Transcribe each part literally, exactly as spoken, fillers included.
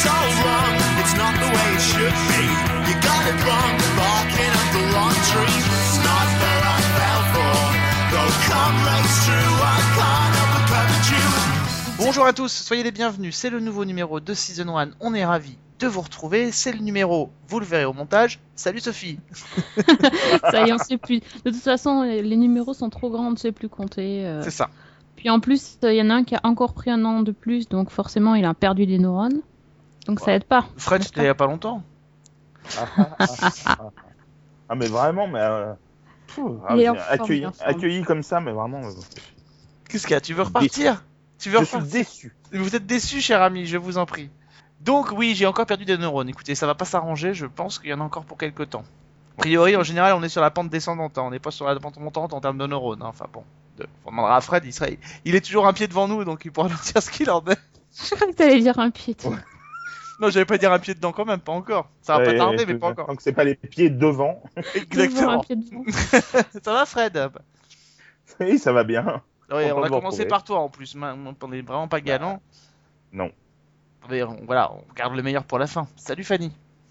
so wrong. It's not the way it should be. You got it wrong, barking up the wrong tree. It's not that I fell for. Though come race true, I can't help but covet you. Bonjour à tous, soyez les bienvenus. C'est le nouveau numéro de Season un. On est ravis de vous retrouver. C'est le numéro, vous le verrez au montage. Salut Sophie. Ça y est, on sait plus. De toute façon, les numéros sont trop grands, on ne sait plus compter. Euh... C'est ça. Puis en plus, il y en a un qui a encore pris un an de plus, donc forcément, il a perdu des neurones. Donc ouais. Ça aide pas. Fred, c'était il n'y a pas longtemps. Ah, ah, ah, ah. ah mais vraiment, mais euh... Pfff, ah, mais accueilli, accueilli comme ça, mais vraiment. Euh... Qu'est-ce qu'il y a ? Tu veux repartir ? Tu veux Je repartir ? suis déçu. Vous êtes déçu, cher ami, je vous en prie. Donc oui, j'ai encore perdu des neurones. Écoutez, ça va pas s'arranger. Je pense qu'il y en a encore pour quelques temps. A priori, en général, on est sur la pente descendante. Hein. On n'est pas sur la pente montante en termes de neurones. Hein. Enfin bon, de... on demandera à Fred. Il serait, il est toujours un pied devant nous, donc il pourra nous dire ce qu'il en est. Je crois que t'allais dire un pied. Toi. Non, j'allais pas dire un pied dedans quand même, pas encore. Ça va ouais, pas tarder, mais pas encore. Tant que c'est pas les pieds devant. Exactement. Un pied devant. Ça va, Fred ? Oui, ça va bien. Ouais, on a commencé par toi en plus. On est vraiment pas galant. Bah, non. Mais on, voilà, on garde le meilleur pour la fin. Salut Fanny.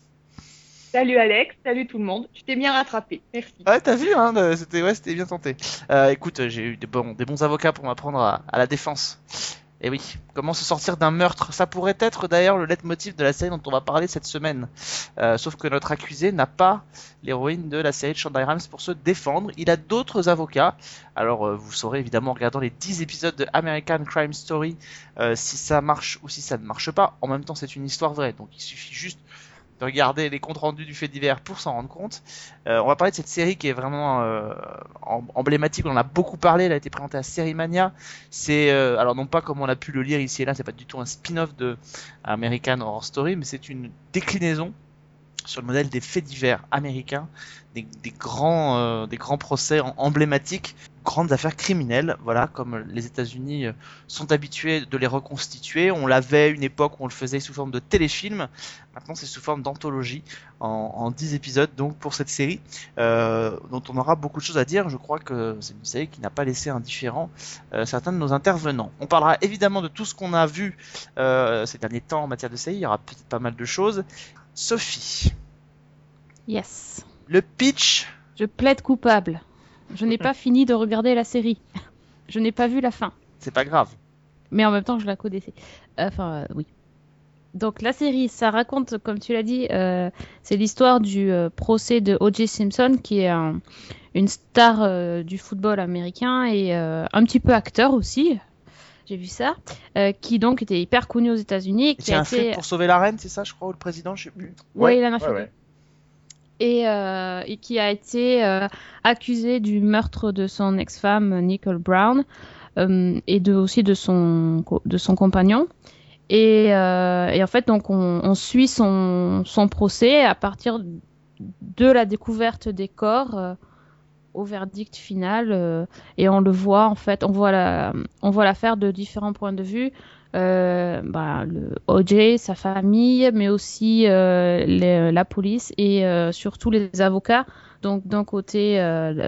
Salut Alex, salut tout le monde. Tu t'es bien rattrapé, merci. Ouais, t'as vu, hein, c'était, ouais, c'était bien tenté. Euh, écoute, j'ai eu des bons, des bons avocats pour m'apprendre à, à la défense. Et oui, comment se sortir d'un meurtre ? Ça pourrait être d'ailleurs le leitmotiv de la série dont on va parler cette semaine. Euh, sauf que notre accusé n'a pas l'héroïne de la série de Shonda Rhimes pour se défendre. Il a d'autres avocats. Alors euh, vous saurez évidemment en regardant les dix épisodes de American Crime Story euh, si ça marche ou si ça ne marche pas. En même temps, c'est une histoire vraie, donc il suffit juste de regarder les comptes rendus du fait divers pour s'en rendre compte. Euh, on va parler de cette série qui est vraiment euh, emblématique, on en a beaucoup parlé, elle a été présentée à Série Mania. C'est, euh, alors non pas comme on a pu le lire ici et là, c'est pas du tout un spin-off de American Horror Story, mais c'est une déclinaison sur le modèle des faits divers américains, des, des, grands, euh, des grands procès emblématiques, grandes affaires criminelles, voilà, comme les États-Unis sont habitués de les reconstituer. On l'avait une époque où on le faisait sous forme de téléfilm, maintenant c'est sous forme d'anthologie en, en dix épisodes donc pour cette série, euh, dont on aura beaucoup de choses à dire. Je crois que c'est une série qui n'a pas laissé indifférent euh, certains de nos intervenants. On parlera évidemment de tout ce qu'on a vu euh, ces derniers temps en matière de série, il y aura peut-être pas mal de choses. Sophie. Yes. Le pitch. Je plaide coupable. Je n'ai pas fini de regarder la série. Je n'ai pas vu la fin. C'est pas grave. Mais en même temps, je la connaissais. Enfin, euh, oui. Donc la série, ça raconte, comme tu l'as dit, euh, c'est l'histoire du euh, procès de O J Simpson, qui est un, une star euh, du football américain et euh, un petit peu acteur aussi. J'ai vu ça, euh, qui donc était hyper connu aux États-Unis. Et qui a a un été... film pour sauver la reine, c'est ça, je crois, ou le président, je sais plus. Ouais, ouais, il en a fait. Ouais, ouais. Et, euh, et qui a été euh, accusé du meurtre de son ex-femme Nicole Brown euh, et de, aussi de son, de son compagnon. Et, euh, et en fait, donc, on, on suit son, son procès à partir de la découverte des corps euh, au verdict final. Euh, et on le voit, en fait, on voit, la, on voit l'affaire de différents points de vue. Euh, bah, le O J, sa famille, mais aussi euh, les, la police et euh, surtout les avocats. Donc d'un côté, euh, le,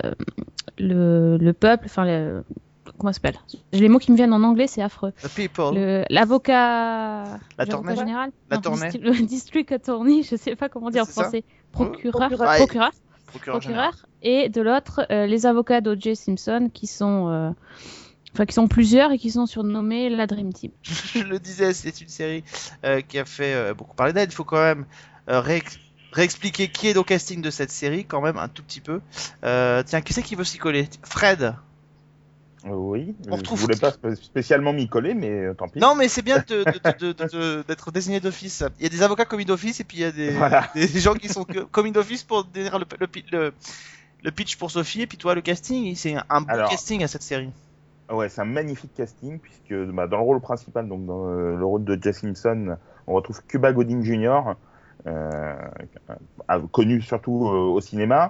le, le peuple, enfin, le, comment ça s'appelle ? Les mots qui me viennent en anglais, c'est affreux. The people. Le, l'avocat, l'avocat général, la non, tournée. Le district attorney, je sais pas comment dire c'est en français. Procureur, procureur, ouais. procureur, procureur, procureur. Et de l'autre, euh, les avocats d'O J Simpson qui sont euh, Enfin, qui sont plusieurs et qui sont surnommés la Dream Team. Je le disais, c'est une série euh, qui a fait euh, beaucoup parler d'elle. Il faut quand même euh, ré- réexpliquer qui est au casting de cette série, quand même, un tout petit peu. Euh, tiens, qui c'est qui veut s'y coller ? Fred ? euh, Oui, on je retrouve... voulais pas spécialement m'y coller, mais euh, tant pis. Non, mais c'est bien de, de, de, de, de, d'être désigné d'office. Il y a des avocats commis d'office et puis il y a des, voilà. des gens qui sont commis d'office pour donner le, le, le, le pitch pour Sophie. Et puis toi, le casting, c'est un bon Alors... casting à cette série. Ouais, c'est un magnifique casting puisque bah, dans le rôle principal, donc dans euh, le rôle de Jess Simpson, on retrouve Cuba Gooding junior, euh, connu surtout euh, au cinéma.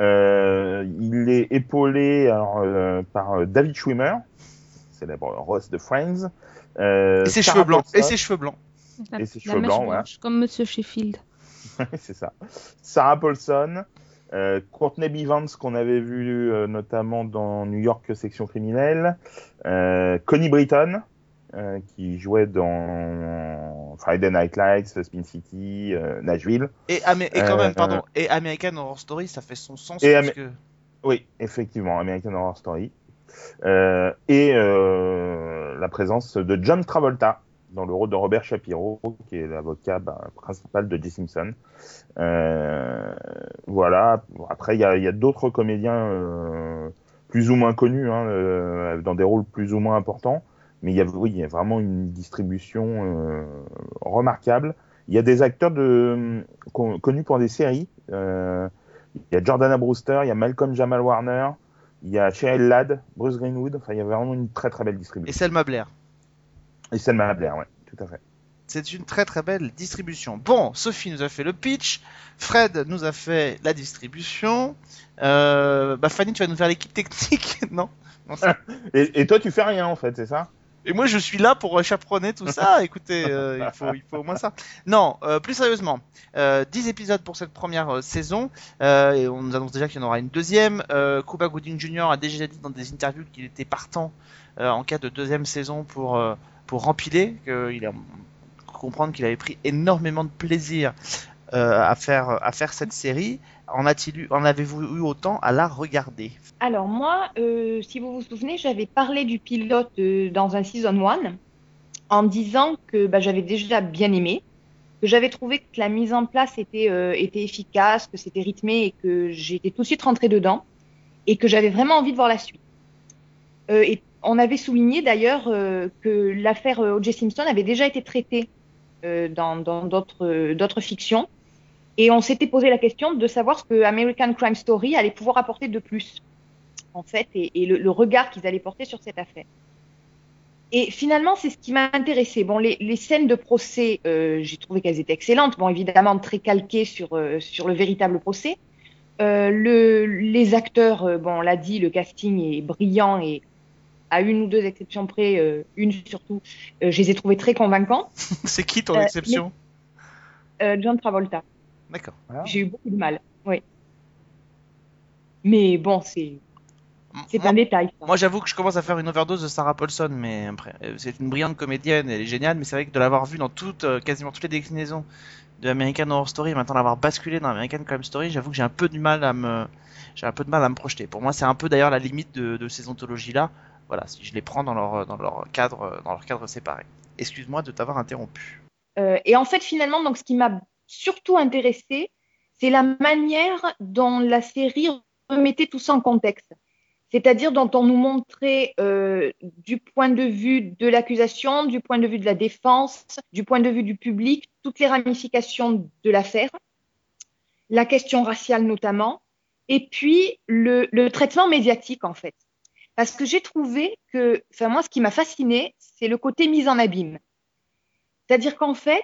Euh, il est épaulé alors, euh, par David Schwimmer, célèbre Ross de Friends. Euh, et ses cheveux blancs. Et ses cheveux blancs. La, et ses cheveux blancs, voilà. Comme Monsieur Sheffield. C'est ça. Sarah Paulson. Euh, Courtney B. Vance qu'on avait vu euh, notamment dans New York Section Criminelle, euh, Connie Britton euh, qui jouait dans Friday Night Lights, Spin City, euh, Nashville. Et, Amé- et quand Euh, même, pardon, et American Horror Story, ça fait son sens. Et parce Amé- que... Oui, effectivement, American Horror Story. Euh, et euh, la présence de John Travolta dans le rôle de Robert Shapiro, qui est l'avocat bah, principal de Jay Simpson. Euh, voilà. Après, il y a, y a d'autres comédiens euh, plus ou moins connus, hein, euh, dans des rôles plus ou moins importants. Mais il y a, oui, il y a vraiment une distribution euh, remarquable. Il y a des acteurs de, con, connus pour des séries. Euh, il y a Jordana Brewster, il y a Malcolm Jamal Warner, il y a Cheryl Ladd, Bruce Greenwood. Enfin, il y a vraiment une très très belle Et distribution. Selma Blair. Et Selma Blair, ouais, tout à fait. C'est une très très belle distribution. Bon, Sophie nous a fait le pitch, Fred nous a fait la distribution. Euh, bah Fanny, tu vas nous faire l'équipe technique, non, non c'est- Et, et toi, tu fais rien en fait, c'est ça? Et moi, je suis là pour chaperonner tout ça. Écoutez, euh, il faut, il faut au moins ça. Non, euh, plus sérieusement, euh, dix épisodes pour cette première euh, saison. Euh, et on nous annonce déjà qu'il y en aura une deuxième. Euh, Cuba Gooding Junior a déjà dit dans des interviews qu'il était partant euh, en cas de deuxième saison pour euh, pour rempiler. Qu'il a comprendre qu'il avait pris énormément de plaisir euh, à faire à faire cette série. En a-t-il eu, en avez-vous eu autant à la regarder? Alors moi, euh, si vous vous souvenez, j'avais parlé du pilote euh, dans un season one en disant que bah, j'avais déjà bien aimé, que j'avais trouvé que la mise en place était, euh, était efficace, que c'était rythmé et que j'étais tout de suite rentrée dedans et que j'avais vraiment envie de voir la suite. Euh, et on avait souligné d'ailleurs euh, que l'affaire O J Simpson avait déjà été traitée euh, dans dans d'autres euh, d'autres fictions. Et on s'était posé la question de savoir ce que American Crime Story allait pouvoir apporter de plus, en fait, et, et le, le regard qu'ils allaient porter sur cette affaire. Et finalement, c'est ce qui m'a intéressé. Bon, les, les scènes de procès, euh, j'ai trouvé qu'elles étaient excellentes. Bon, évidemment, très calquées sur, euh, sur le véritable procès. Euh, le, les acteurs, euh, bon, on l'a dit, le casting est brillant et à une ou deux exceptions près, euh, une surtout, euh, je les ai trouvés très convaincants. C'est qui ton Euh, exception? Euh, John Travolta. D'accord. Ah. J'ai eu beaucoup de mal, oui. Mais bon, c'est c'est Moi- un détail. Ça. Moi, j'avoue que je commence à faire une overdose de Sarah Paulson, mais après, euh, c'est une brillante comédienne, elle est géniale, mais c'est vrai que de l'avoir vue dans toutes, euh, quasiment toutes les déclinaisons de American Horror Story, et maintenant l'avoir basculé dans American Crime Story, j'avoue que j'ai un peu du mal à me, j'ai un peu de mal à me projeter. Pour moi, c'est un peu d'ailleurs la limite de, de ces anthologies-là. Voilà, si je les prends dans leur, dans leur cadre, dans leur cadre séparé. Excuse-moi de t'avoir interrompu. Euh, et en fait, finalement, donc, ce qui m'a surtout intéressé, c'est la manière dont la série remettait tout ça en contexte. C'est-à-dire dont on nous montrait euh, du point de vue de l'accusation, du point de vue de la défense, du point de vue du public, toutes les ramifications de l'affaire, la question raciale notamment, et puis le, le traitement médiatique en fait. Parce que j'ai trouvé que, enfin moi, ce qui m'a fasciné, c'est le côté mise en abîme. C'est-à-dire qu'en fait,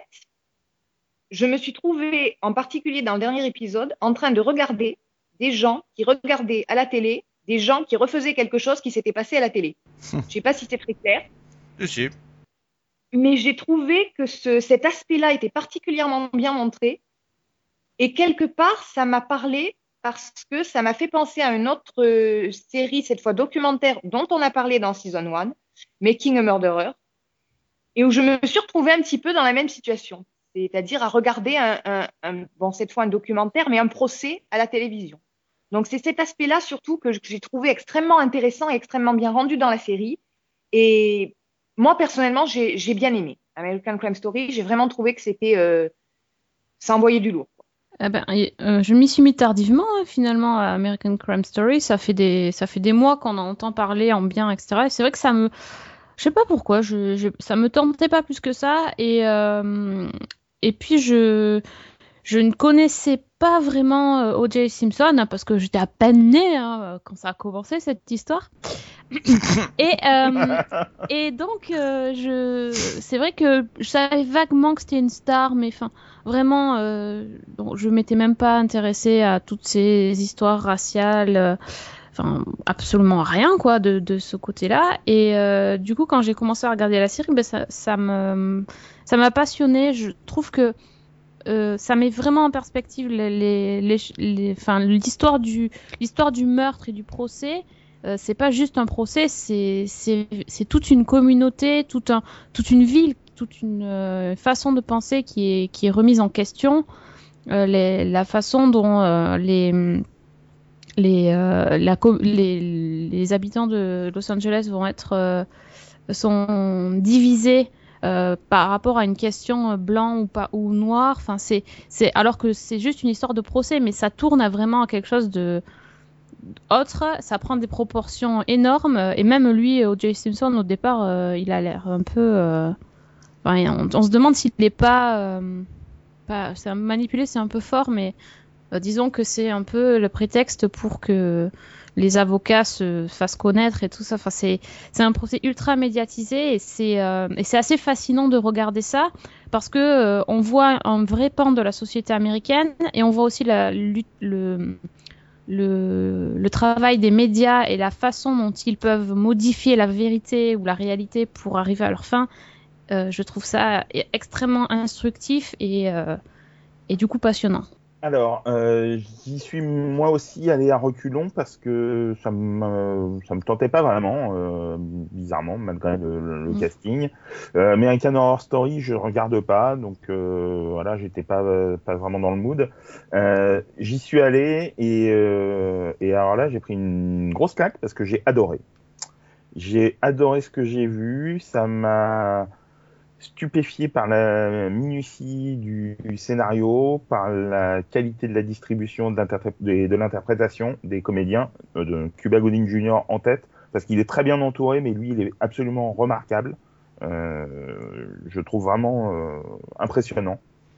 je me suis trouvée, en particulier dans le dernier épisode, en train de regarder des gens qui regardaient à la télé, des gens qui refaisaient quelque chose qui s'était passé à la télé. Je ne sais pas si c'est très clair, Si, si. mais j'ai trouvé que ce, cet aspect-là était particulièrement bien montré. Et quelque part, ça m'a parlé parce que ça m'a fait penser à une autre euh, série, cette fois documentaire, dont on a parlé dans Season un, Making a Murderer, et où je me suis retrouvée un petit peu dans la même situation. C'est-à-dire à regarder, un, un, un, bon, cette fois un documentaire, mais un procès à la télévision. Donc c'est cet aspect-là surtout que j'ai trouvé extrêmement intéressant et extrêmement bien rendu dans la série. Et moi, personnellement, j'ai, j'ai bien aimé American Crime Story. J'ai vraiment trouvé que c'était... Euh, ça envoyait du lourd. Eh ben, et, euh, je m'y suis mis tardivement, hein, finalement, à American Crime Story. Ça fait des, ça fait des mois qu'on en entend parler en bien, et cetera. Et c'est vrai que ça me... Je sais pas pourquoi, je, je, ça me tentait pas plus que ça. Et, euh, et puis, je... Je ne connaissais pas vraiment euh, O J Simpson hein, parce que j'étais à peine née hein, quand ça a commencé cette histoire. et, euh, et donc, euh, je... c'est vrai que je savais vaguement que c'était une star, mais enfin, vraiment, euh, bon, je m'étais même pas intéressée à toutes ces histoires raciales. Euh, Enfin, absolument rien, quoi, de, de ce côté-là. Et euh, du coup, quand j'ai commencé à regarder la série, ben, ça, ça, me, ça m'a passionnée. Je trouve que Euh, ça met vraiment en perspective les, les, les, les, enfin, l'histoire du, l'histoire du meurtre et du procès, euh, c'est pas juste un procès, c'est, c'est, c'est toute une communauté, tout un, toute une ville, toute une euh, façon de penser qui est, qui est remise en question. Euh, les, la façon dont euh, les, les, euh, la, les, les habitants de Los Angeles vont être euh, sont divisés euh, par rapport à une question blanc ou pas ou noir. Enfin, c'est, c'est alors que c'est juste une histoire de procès, mais ça tourne à vraiment à quelque chose de autre. Ça prend des proportions énormes. Et même lui, O J Simpson, au départ, euh, il a l'air un peu. Euh... Enfin, on, on se demande s'il n'est pas, euh, pas. C'est un, manipulé, c'est un peu fort, mais euh, disons que c'est un peu le prétexte pour que les avocats se fassent connaître et tout ça. Enfin, c'est, c'est un procès ultra médiatisé et c'est, euh, et c'est assez fascinant de regarder ça parce que euh, on voit un vrai pan de la société américaine et on voit aussi la lutte, le, le, le travail des médias et la façon dont ils peuvent modifier la vérité ou la réalité pour arriver à leur fin. Euh, je trouve ça extrêmement instructif et, euh, et du coup passionnant. Alors, euh, j'y suis moi aussi allé à reculons parce que ça me ça me tentait pas vraiment, euh, bizarrement, malgré le, le, le Mmh. casting. Euh, American Horror Story, je regarde pas, donc euh, voilà, j'étais pas pas vraiment dans le mood. Euh, j'y suis allé et euh, et alors là, j'ai pris une grosse claque parce que j'ai adoré. J'ai adoré ce que j'ai vu, ça m'a stupéfié par la minutie du, du scénario, par la qualité de la distribution, de, de, de l'interprétation des comédiens, euh, de Cuba Gooding junior en tête, parce qu'il est très bien entouré, mais lui, il est absolument remarquable. Euh, je trouve vraiment euh, impressionnant.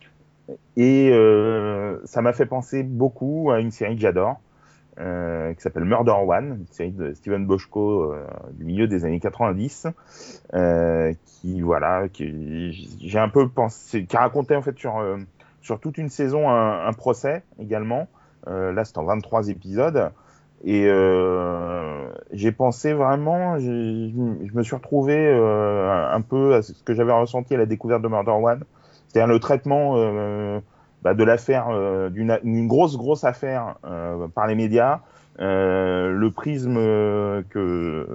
Et euh, ça m'a fait penser beaucoup à une série que j'adore, Euh, qui s'appelle Murder One, une série de Steven Bochco euh, du milieu des années quatre-vingt-dix, euh, qui voilà, qui j'ai un peu pensé, qui racontait en fait sur euh, sur toute une saison un, un procès également. Euh, là, c'est en vingt-trois épisodes et euh, j'ai pensé vraiment, j'ai, je me suis retrouvé euh, un peu à ce que j'avais ressenti à la découverte de Murder One, c'est-à-dire le traitement euh, Bah, de l'affaire, euh, d'une une grosse grosse affaire euh, par les médias, euh, le prisme euh, que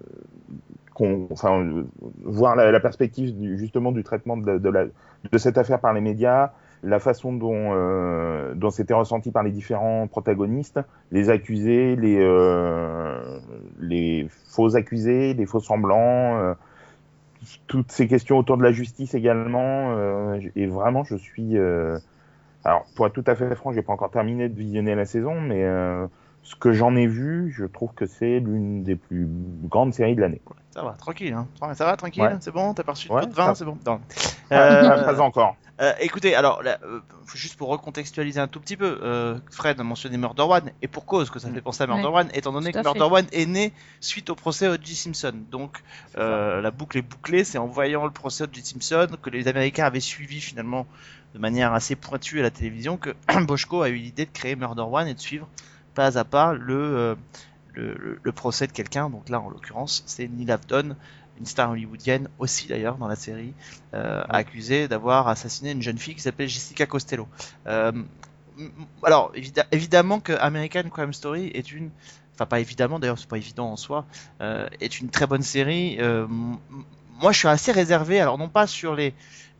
qu'on, enfin, euh, voir la, la perspective du, justement du traitement de, de, la, de cette affaire par les médias, la façon dont euh, dont c'était ressenti par les différents protagonistes, les accusés, les euh, les faux accusés, les faux semblants. Euh, toutes ces questions autour de la justice également, euh, et vraiment je suis euh, alors, pour être tout à fait franc, j'ai pas encore terminé de visionner la saison, mais euh, ce que j'en ai vu, je trouve que c'est l'une des plus grandes séries de l'année. Ça va, tranquille, hein. Ça va, tranquille, Ouais. c'est bon, t'as pas reçu de Ouais, pot de vin, ça- c'est bon. Non. Pas, Euh, pas- pas encore. euh, écoutez, alors, là, euh, juste pour recontextualiser un tout petit peu, euh, Fred a mentionné Murder One, et pour cause que ça fait penser à Murder Ouais, One, étant donné tout que à Murder fait. One est né suite au procès O J Simpson. Donc, C'est ça. euh, la boucle est bouclée, c'est en voyant le procès O J Simpson que les Américains avaient suivi finalement de manière assez pointue à la télévision que Bochco a eu l'idée de créer Murder One et de suivre pas à pas le, euh, le, le, le procès de quelqu'un. Donc là, en l'occurrence, c'est Neil Afton, une star hollywoodienne aussi d'ailleurs dans la série, euh, Ouais. accusée d'avoir assassiné une jeune fille qui s'appelle Jessica Costello. Euh, m- alors évid- évidemment que American Crime Story est une, enfin pas évidemment d'ailleurs, c'est pas évident en soi, euh, est une très bonne série. Euh, m- moi je suis assez réservé, alors non pas sur les,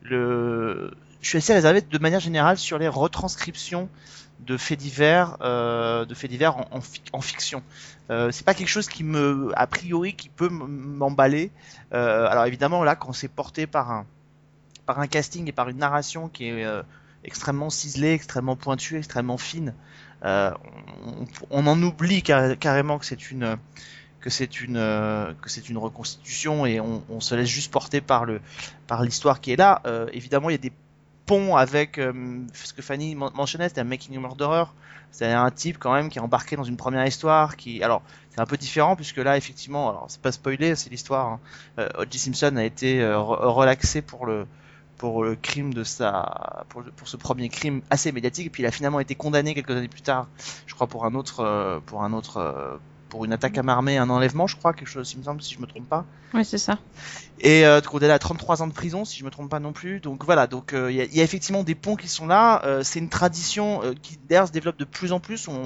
le, je suis assez réservé de manière générale sur les retranscriptions de faits divers, euh, de faits divers en, en, fi- en fiction. Euh, c'est pas quelque chose qui me, a priori, qui peut m- m'emballer. Euh, alors évidemment là, quand c'est porté par un, par un casting et par une narration qui est euh, extrêmement ciselée, extrêmement pointue, extrêmement fine, euh, on, on en oublie car- carrément que c'est une que c'est une euh, que c'est une reconstitution et on, on se laisse juste porter par le par l'histoire qui est là. Euh, évidemment, il y a des ponts avec euh, ce que Fanny men- mentionnait, c'était un Making a Murderer. C'est un type quand même qui est embarqué dans une première histoire qui, alors c'est un peu différent puisque là effectivement, alors c'est pas spoilé, c'est l'histoire. Hein. Euh, O J Simpson a été euh, re- relaxé pour le pour le crime de sa pour, le- pour ce premier crime assez médiatique et puis il a finalement été condamné quelques années plus tard, je crois pour un autre euh, pour un autre euh, pour une attaque à main armée, un enlèvement, je crois, quelque chose, il me semble, si je me trompe pas. Ouais, c'est ça. Et euh, condamné à trente-trois ans de prison, si je me trompe pas non plus. Donc voilà, donc il euh, y, y a effectivement des ponts qui sont là. Euh, c'est une tradition euh, qui d'ailleurs se développe de plus en plus. On,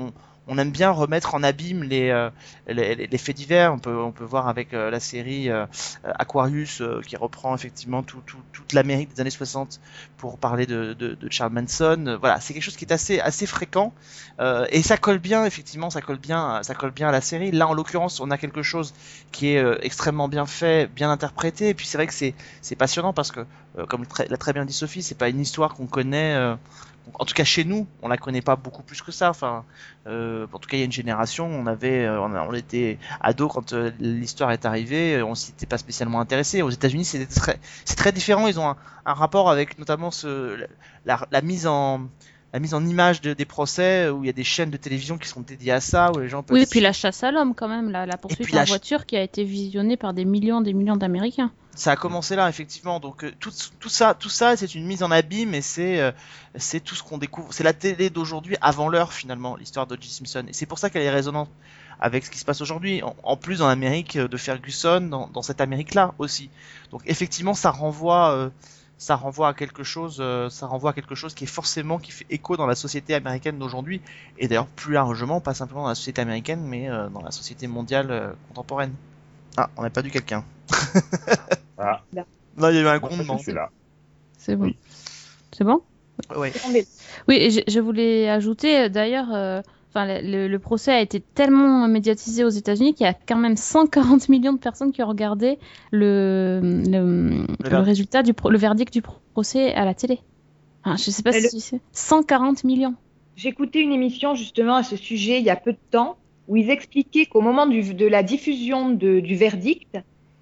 on aime bien remettre en abîme les, euh, les, les faits divers. On peut, on peut voir avec euh, la série euh, Aquarius euh, qui reprend effectivement tout, tout, toute l'Amérique des années soixante pour parler de, de, de Charles Manson. Euh, voilà, c'est quelque chose qui est assez, assez fréquent euh, et ça colle bien, effectivement, ça colle bien, ça colle bien à la série. Là, en l'occurrence, on a quelque chose qui est euh, extrêmement bien fait, bien interprété. Et puis c'est vrai que c'est, c'est passionnant parce que, euh, comme l'a très bien dit Sophie, c'est pas une histoire qu'on connaît. Euh, en tout cas chez nous, on la connaît pas beaucoup plus que ça. Enfin, euh, en tout cas il y a une génération, on avait, euh, on, a, on était ados quand euh, l'histoire est arrivée, on s'y était pas spécialement intéressé. Aux États-Unis, c'est très, c'est très différent. Ils ont un, un rapport avec notamment ce, la, la mise en la mise en image de, des procès où il y a des chaînes de télévision qui sont dédiées à ça, où les gens peuvent... Oui, et puis la chasse à l'homme quand même, la, la poursuite en la... voiture qui a été visionnée par des millions des millions d'Américains. Ça a commencé là, effectivement. Donc euh, tout, tout ça, tout ça, c'est une mise en abîme et c'est, euh, c'est tout ce qu'on découvre. C'est la télé d'aujourd'hui avant l'heure finalement, l'histoire d'O J Simpson. Et c'est pour ça qu'elle est résonante avec ce qui se passe aujourd'hui. En, en plus dans l'Amérique de Ferguson, dans, dans cette Amérique-là aussi. Donc effectivement, ça renvoie, euh, ça renvoie à quelque chose, euh, ça renvoie à quelque chose qui est forcément qui fait écho dans la société américaine d'aujourd'hui. Et d'ailleurs plus largement, pas simplement dans la société américaine, mais euh, dans la société mondiale euh, contemporaine. Ah, on n'a pas dû quelqu'un. Ah. Non, il y a eu un Moi, grondement. je suis là. C'est bon. Oui. C'est bon. Oui. Oui, et je, je voulais ajouter euh, d'ailleurs, euh, enfin le, le, le procès a été tellement médiatisé aux États-Unis qu'il y a quand même cent quarante millions de personnes qui ont regardé le le, le, le résultat du pro, le verdict du procès à la télé. Enfin, je sais pas Mais si le... c'est cent quarante millions. J'écoutais une émission justement à ce sujet il y a peu de temps où ils expliquaient qu'au moment du, de la diffusion de, du verdict,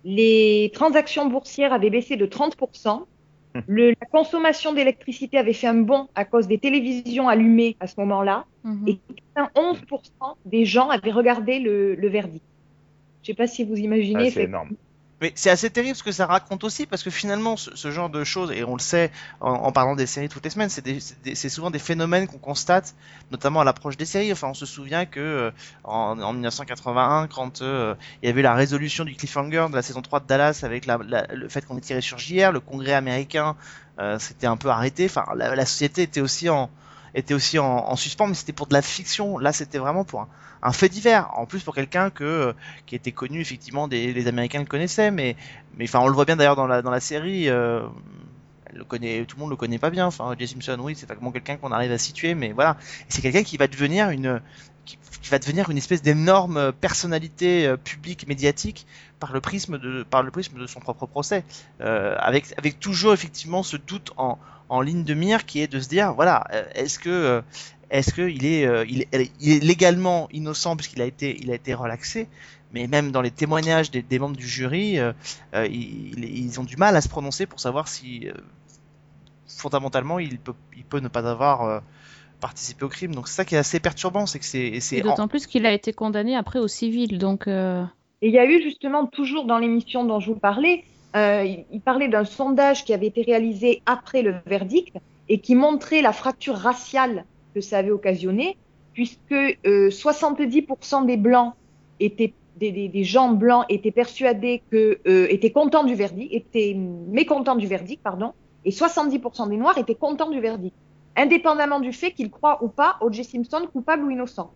les transactions boursières avaient baissé de trente pour cent. Le, la consommation d'électricité avait fait un bond à cause des télévisions allumées à ce moment-là. Mm-hmm. Et onze pour cent des gens avaient regardé le, le verdict. Je ne sais pas si vous imaginez. Ah, c'est énorme. Mais c'est assez terrible ce que ça raconte aussi, parce que finalement, ce, ce genre de choses, et on le sait en, en parlant des séries toutes les semaines, c'est, des, c'est, des, c'est souvent des phénomènes qu'on constate, notamment à l'approche des séries. Enfin, on se souvient que euh, en, en dix-neuf cent quatre-vingt-un, quand euh, il y avait la résolution du cliffhanger de la saison trois de Dallas avec la, la, le fait qu'on ait tiré sur J R, le Congrès américain euh, s'était un peu arrêté. Enfin, la, la société était aussi en était aussi en, en suspens, mais c'était pour de la fiction. Là, c'était vraiment pour un, un fait divers. En plus, pour quelqu'un que qui était connu, effectivement, des les Américains le connaissaient, mais mais enfin, on le voit bien d'ailleurs dans la dans la série. Euh, elle le connaît, tout le monde le connaît pas bien. Enfin, O J Simpson, oui, c'est vaguement quelqu'un qu'on arrive à situer, mais voilà. Et c'est quelqu'un qui va devenir une qui, qui va devenir une espèce d'énorme personnalité euh, publique, médiatique, par le prisme de par le prisme de son propre procès, euh, avec avec toujours effectivement ce doute en en ligne de mire qui est de se dire voilà, est-ce que est-ce que il est il est, il est légalement innocent puisqu'il a été il a été relaxé, mais même dans les témoignages des, des membres du jury, euh, ils, ils ont du mal à se prononcer pour savoir si euh, fondamentalement il peut il peut ne pas avoir euh, participé au crime. Donc c'est ça qui est assez perturbant, c'est que c'est c'est et d'autant en... plus qu'il a été condamné après au civil, donc euh... Et il y a eu justement toujours dans l'émission dont je vous parlais, Euh, il parlait d'un sondage qui avait été réalisé après le verdict et qui montrait la fracture raciale que ça avait occasionné, puisque euh, soixante-dix pour cent des blancs étaient des, des, des gens blancs étaient persuadés que euh, étaient contents du verdict, étaient mécontents du verdict, pardon, et soixante-dix pour cent des noirs étaient contents du verdict, indépendamment du fait qu'ils croient ou pas O J Simpson coupable ou innocent.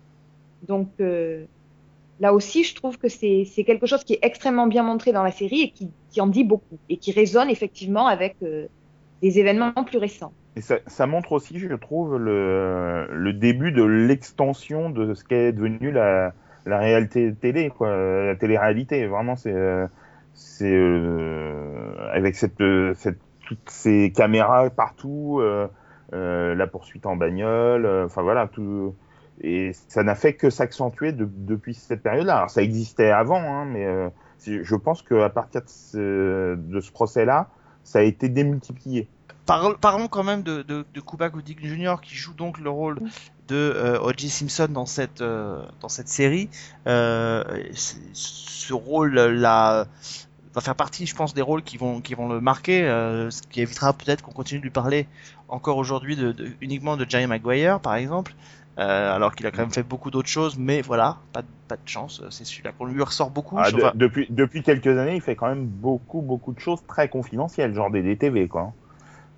Donc euh, là aussi, je trouve que c'est, c'est quelque chose qui est extrêmement bien montré dans la série et qui, qui en dit beaucoup et qui résonne effectivement avec euh, des événements plus récents. Et ça, ça montre aussi, je trouve, le, le début de l'extension de ce qu'est devenu la, la réalité télé, quoi, la télé-réalité. Vraiment, c'est, c'est euh, avec cette, cette, toutes ces caméras partout, euh, euh, la poursuite en bagnole, enfin euh, voilà, tout. Et ça n'a fait que s'accentuer de, depuis cette période-là. Alors, ça existait avant, hein, mais euh, je pense qu'à partir de ce, de ce procès-là, ça a été démultiplié. Par, parlons quand même de, de, de Cuba Gooding Junior qui joue donc le rôle de euh, O J Simpson dans cette, euh, dans cette série. Euh, ce rôle-là va faire partie, je pense, des rôles qui vont, qui vont le marquer, euh, ce qui évitera peut-être qu'on continue de lui parler encore aujourd'hui de, de, uniquement de Jerry Maguire, par exemple. Euh, alors qu'il a quand même fait beaucoup d'autres choses, mais voilà, pas de, pas de chance, c'est celui-là qu'on lui ressort beaucoup. Ah, de, enfin... depuis, depuis quelques années, il fait quand même beaucoup, beaucoup de choses très confidentielles, genre des D T V, quoi.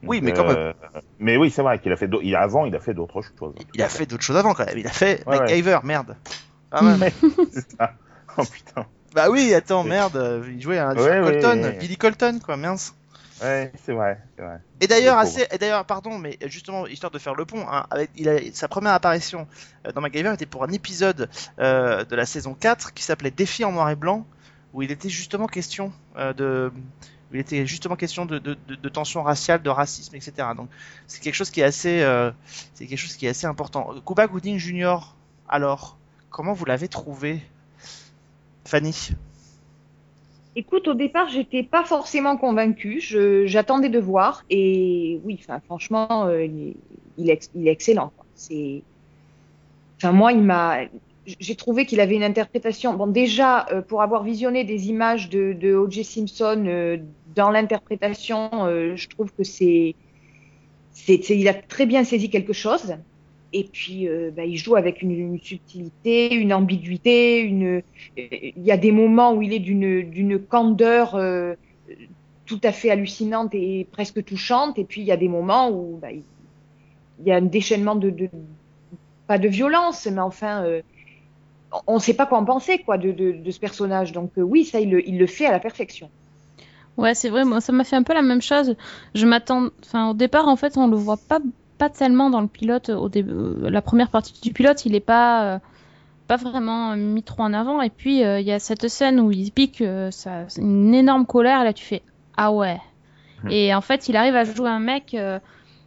Oui, Donc, mais quand même. euh, Mais oui, c'est vrai qu'il a fait. d'au- Il avant, il a fait d'autres choses. Il a fait d'autres choses avant quand même. Il a fait Ouais, MacGyver, merde. Ah, même. Ouais, c'est ça. Oh putain. Bah oui, attends, C'est- merde. euh, Il jouait à Ouais, sur ouais, Colton, ouais. Billy Colton, quoi, mince. Ouais, c'est vrai, c'est vrai. Et d'ailleurs, Le pauvre. assez, et d'ailleurs, pardon, mais justement, histoire de faire le pont, hein, avec, il a, sa première apparition euh, dans MacGyver était pour un épisode euh, de la saison quatre qui s'appelait Défi en noir et blanc, où il était justement question euh, de, où il était justement question de, de, de, de tension raciale, de racisme, et cetera. Donc, c'est quelque chose qui est assez, euh, c'est quelque chose qui est assez important. Cuba Gooding Junior, alors, comment vous l'avez trouvé, Fanny? Écoute, au départ, j'étais pas forcément convaincue. Je, j'attendais de voir. Et oui, enfin, franchement, euh, il, est, il, est, ex- il est excellent, quoi. C'est, enfin, moi, il m'a, j'ai trouvé qu'il avait une interprétation. Bon, déjà, euh, pour avoir visionné des images de, de O J. Simpson euh, dans l'interprétation, euh, je trouve que c'est, c'est, c'est, il a très bien saisi quelque chose. Et puis, euh, bah, il joue avec une, une subtilité, une ambiguïté, une. Il y a des moments où il est d'une d'une candeur euh, tout à fait hallucinante et presque touchante. Et puis, il y a des moments où bah, il il y a un déchaînement de, de pas de violence, mais enfin, euh, on ne sait pas quoi en penser, quoi, de, de, de ce personnage. Donc, euh, oui, ça, il le, il le fait à la perfection. Ouais, c'est vrai, moi ça m'a fait un peu la même chose. Je m'attends, enfin au départ en fait on le voit pas pas tellement dans le pilote. Au début, euh, la première partie du pilote, il est pas euh, pas vraiment mis trop en avant. Et puis euh, il y a cette scène où il pique, euh, ça, c'est une énorme colère. Et là tu fais ah ouais. Hmm. Et en fait il arrive à jouer un mec, euh,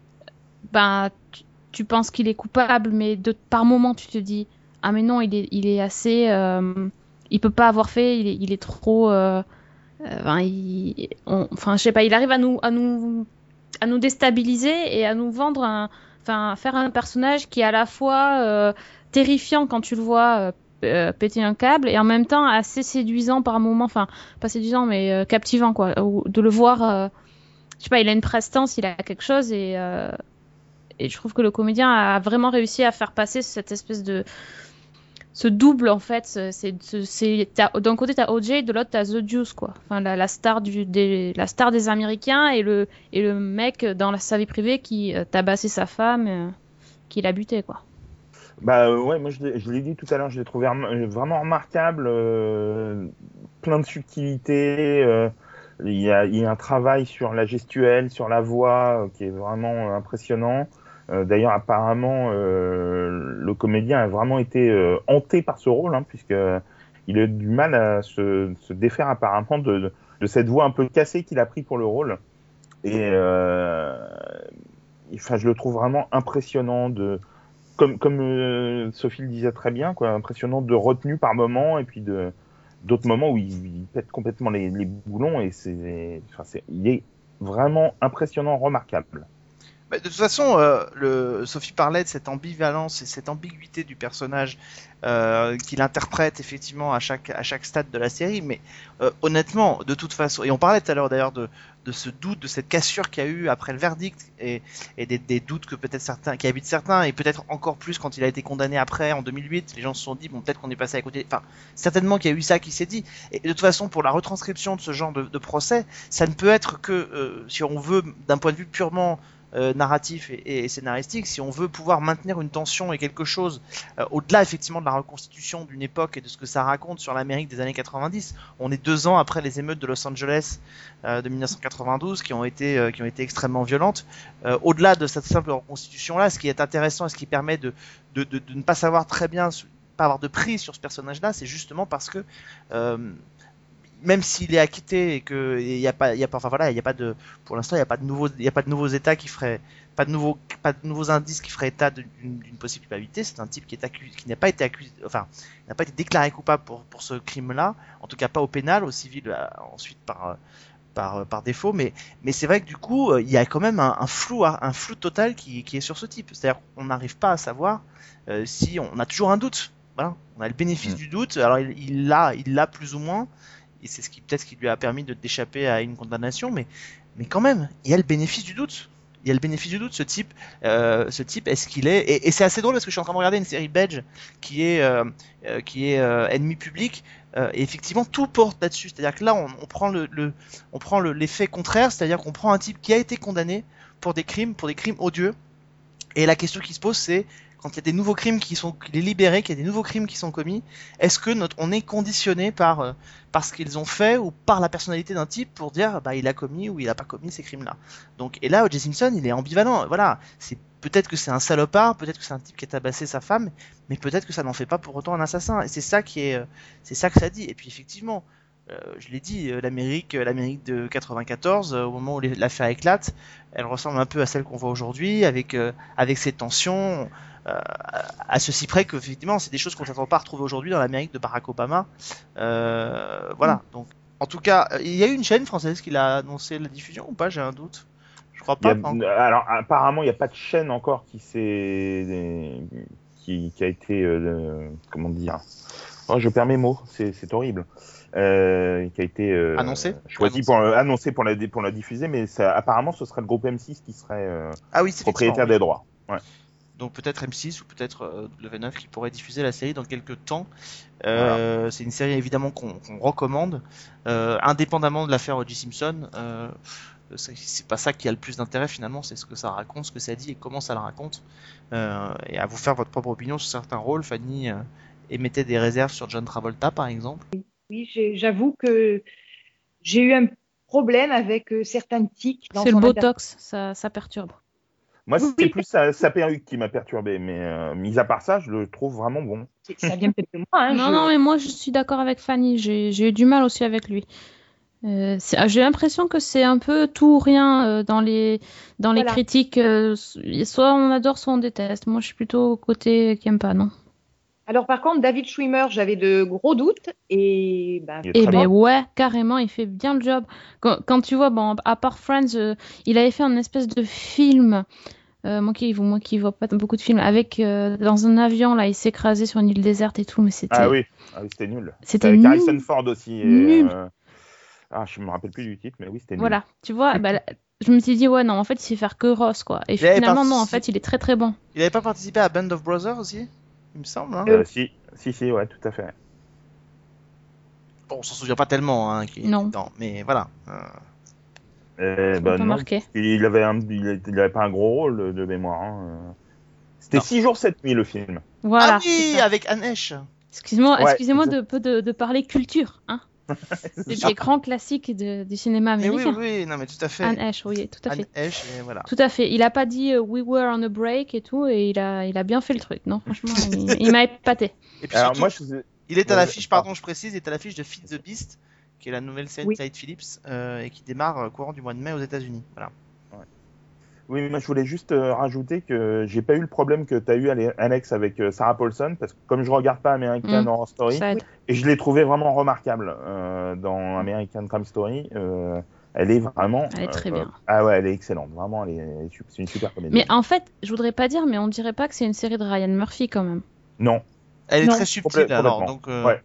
ben tu, tu penses qu'il est coupable, mais de par moment tu te dis ah mais non il est il est assez, euh, il peut pas avoir fait, il est il est trop. Euh, Enfin, il, on- enfin, je sais pas, il arrive à nous, à nous, à nous déstabiliser et à nous vendre un, enfin, à faire un personnage qui est à la fois euh, terrifiant quand tu le vois euh, euh, péter un câble et en même temps assez séduisant par moments, enfin, pas séduisant mais euh, captivant quoi, ou- de le voir, euh, je sais pas, il a une prestance, il a quelque chose et, euh, et je trouve que le comédien a vraiment réussi à faire passer cette espèce de ce double en fait, c'est, c'est, c'est t'as- d'un côté t'as O J, de l'autre t'as The Deuce quoi, enfin la, la star du, des, la star des Américains et le et le mec dans la, sa vie privée qui euh, tabassait sa femme, euh, qui l'a buté quoi. Bah euh, ouais, moi je l'ai, je l'ai dit tout à l'heure, je l'ai trouvé rem- vraiment remarquable, euh, plein de subtilités. euh, il y a, il y a un travail sur la gestuelle, sur la voix, euh, qui est vraiment euh, impressionnant. Euh, d'ailleurs, apparemment, euh, le comédien a vraiment été euh, hanté par ce rôle, hein, puisque il a eu du mal à se, se défaire apparemment de, de cette voix un peu cassée qu'il a pris pour le rôle. Et euh, enfin, je le trouve vraiment impressionnant de comme, comme euh, Sophie le disait très bien, quoi, impressionnant de retenue par moment et puis de d'autres moments où il, il pète complètement les, les boulons et c'est, enfin, c'est, il est vraiment impressionnant, remarquable. Bah, de toute façon, euh, le... Sophie parlait de cette ambivalence et cette ambiguïté du personnage euh, qu'il interprète effectivement à chaque, à chaque stade de la série, mais euh, honnêtement, de toute façon, et on parlait tout à l'heure d'ailleurs de, de ce doute, de cette cassure qu'il y a eu après le verdict, et, et des, des doutes que peut-être certains, qui habitent certains, et peut-être encore plus quand il a été condamné après, en deux mille huit, les gens se sont dit, bon, peut-être qu'on est passé à côté, enfin, certainement qu'il y a eu ça qui s'est dit, et de toute façon, pour la retranscription de ce genre de, de procès, ça ne peut être que, euh, si on veut, d'un point de vue purement Euh, narratif et, et scénaristique, si on veut pouvoir maintenir une tension et quelque chose euh, au-delà effectivement de la reconstitution d'une époque et de ce que ça raconte sur l'Amérique des années quatre-vingt-dix. On est deux ans après les émeutes de Los Angeles euh, de dix-neuf cent quatre-vingt-douze qui ont été euh, qui ont été extrêmement violentes. Euh, au-delà de cette simple reconstitution-là, ce qui est intéressant et ce qui permet de de, de, de ne pas savoir très bien, pas avoir de prise sur ce personnage-là, c'est justement parce que euh, même s'il est acquitté et que il y a pas il y a pas enfin voilà il y a pas de pour l'instant il y a pas de nouveaux il y a pas de nouveaux états qui feraient pas de nouveaux pas de nouveaux indices qui feraient état d'une, d'une possible culpabilité. C'est un type qui est accusé qui n'a pas été accusé enfin n'a pas été déclaré coupable pour pour ce crime-là, en tout cas pas au pénal, au civil euh, ensuite par par par défaut, mais mais c'est vrai que du coup il y a quand même un, un flou un flou total qui qui est sur ce type, c'est-à-dire qu'on n'arrive pas à savoir euh, si on, on a toujours un doute, voilà, on a le bénéfice mmh. du doute, alors il, il l'a il l'a plus ou moins. Et c'est ce qui peut-être ce qui lui a permis de d'échapper à une condamnation, mais mais quand même, il y a le bénéfice du doute. Il y a le bénéfice du doute. Ce type, euh, ce type, est-ce qu'il est et, et c'est assez drôle parce que je suis en train de regarder une série belge qui est euh, euh, qui est euh, Ennemi public, Euh, et effectivement, tout porte là-dessus. C'est-à-dire que là, on, on prend le, le, on prend le, l'effet contraire, c'est-à-dire qu'on prend un type qui a été condamné pour des crimes, pour des crimes odieux. Et la question qui se pose, c'est quand il y a des nouveaux crimes qui sont, qu'il est libéré, qu'il y a des nouveaux crimes qui sont commis, est-ce que notre, on est conditionné par, euh, par ce qu'ils ont fait ou par la personnalité d'un type pour dire, bah, il a commis ou il a pas commis ces crimes-là. Donc, et là, O J Simpson, il est ambivalent. Voilà, c'est peut-être que c'est un salopard, peut-être que c'est un type qui a tabassé sa femme, mais peut-être que ça n'en fait pas pour autant un assassin. Et c'est ça qui est, euh, c'est ça que ça dit. Et puis effectivement, euh, je l'ai dit, euh, l'Amérique, euh, l'Amérique de quatre-vingt-quatorze, euh, au moment où les- l'affaire éclate, elle ressemble un peu à celle qu'on voit aujourd'hui, avec euh, avec ces tensions. Euh, à ceci près que effectivement c'est des choses qu'on ne s'attend pas à retrouver aujourd'hui dans l'Amérique de Barack Obama. Euh, voilà. Mm. Donc, en tout cas, il y a eu une chaîne française qui l'a annoncé la diffusion ou pas? J'ai un doute. Je crois Il y pas. a- pas encore. alors apparemment, il n'y a pas de chaîne encore qui s'est qui, qui a été euh, comment dire. Oh, je perds mes mots, c'est c'est horrible. Euh, qui a été euh, Annoncé choisi Annoncé. pour euh, annoncé pour la pour la diffuser, mais ça, apparemment ce serait le groupe M six qui serait euh, Ah oui, c'est propriétaire effectivement, des droits. Ouais. donc peut-être M six ou peut-être euh, W neuf qui pourrait diffuser la série dans quelques temps. Euh, C'est une série évidemment qu'on qu'on recommande, euh, indépendamment de l'affaire O J Simpson. Euh, c'est c'est pas ça qui a le plus d'intérêt finalement, c'est ce que ça raconte, ce que ça dit et comment ça le raconte. Euh, et à vous faire votre propre opinion sur certains rôles. Fanny euh, émettait des réserves sur John Travolta par exemple. Oui, j'ai- j'avoue que j'ai eu un problème avec euh, certains tics dans C'est le son botox, ça, ça perturbe. Moi, Oui. c'est plus sa, sa perruque qui m'a perturbé, mais euh, mis à part ça, je le trouve vraiment bon. interprétation. Ça vient peut-être de moi. Hein, non, je- non, mais moi je suis d'accord avec Fanny, j'ai j'ai eu du mal aussi avec lui. Euh, c'est- j'ai l'impression que c'est un peu tout ou rien euh, dans les, dans les Voilà. critiques. euh, soit on adore, soit on déteste. Moi je suis plutôt au côté qui aime pas, non? Alors par contre, David Schwimmer, j'avais de gros doutes et ben, Il est Eh très ben bon. ouais, carrément, il fait bien le job. Quand, quand tu vois, bon, à part Friends, euh, il avait fait un espèce de film. Euh, moi qui moi qui vois pas beaucoup de films, avec euh, dans un avion là, il s'est écrasé sur une île déserte et tout, mais c'était Ah oui, ah oui, c'était nul. C'était avec nul. Harrison Ford aussi. et, Nul. euh, Ah, je me rappelle plus du titre, mais oui, c'était nul. Voilà, tu vois, bah, là, je me suis dit ouais non, en fait, il sait faire que Ross quoi. Et Il avait finalement non, en participé- fait, il est très très bon. Il avait pas participé à Band of Brothers aussi, il me semble. Hein. Euh, si, si, si, ouais, tout à fait. Bon, on s'en souvient pas tellement, hein, qu'il Non. était dedans, mais voilà. Euh, Euh, Ça bah, m'a pas non, marqué. il avait, un, il, il avait pas un gros rôle de, de mémoire. Hein. C'était Non. six jours, sept nuits le film. Voilà. ah oui, c'est ça. avec Anne Heche. Excuse-moi, Ouais, excusez-moi exact. de peu de, de parler culture, hein. C'est ça. des grands classiques de- du cinéma Mais oui, américain. oui, oui, non mais tout à fait. Anne Heche, oui, tout à Anne fait. Heche, et voilà. Tout à fait. Il a pas dit euh, we were on a break et tout, et il a, il a bien fait le truc. Non, franchement, il, il m'a épaté. Et puis Alors surtout, moi, je... il est à Ouais, l'affiche, pardon. pardon, je précise, il est à l'affiche de Feed the Beast, qui est la nouvelle série Oui. de Clyde Phillips, euh, et qui démarre euh, courant du mois de mai aux États-Unis. Voilà. Oui, mais moi je voulais juste euh, rajouter que j'ai pas eu le problème que tu as eu, Ale- Alex, avec euh, Sarah Paulson, parce que comme je regarde pas American Mm. Horror Story, Ça aide. et je l'ai trouvé vraiment remarquable euh, dans American Crime Story, euh, elle est vraiment. Elle est très euh, bien. Ah ouais, elle est excellente, vraiment, elle est, elle est su- c'est une super comédie. Mais en fait, je voudrais pas dire, mais on dirait pas que c'est une série de Ryan Murphy quand même. Non, Elle est Non. très subtile, Complè- alors, complètement. donc... euh, Ouais.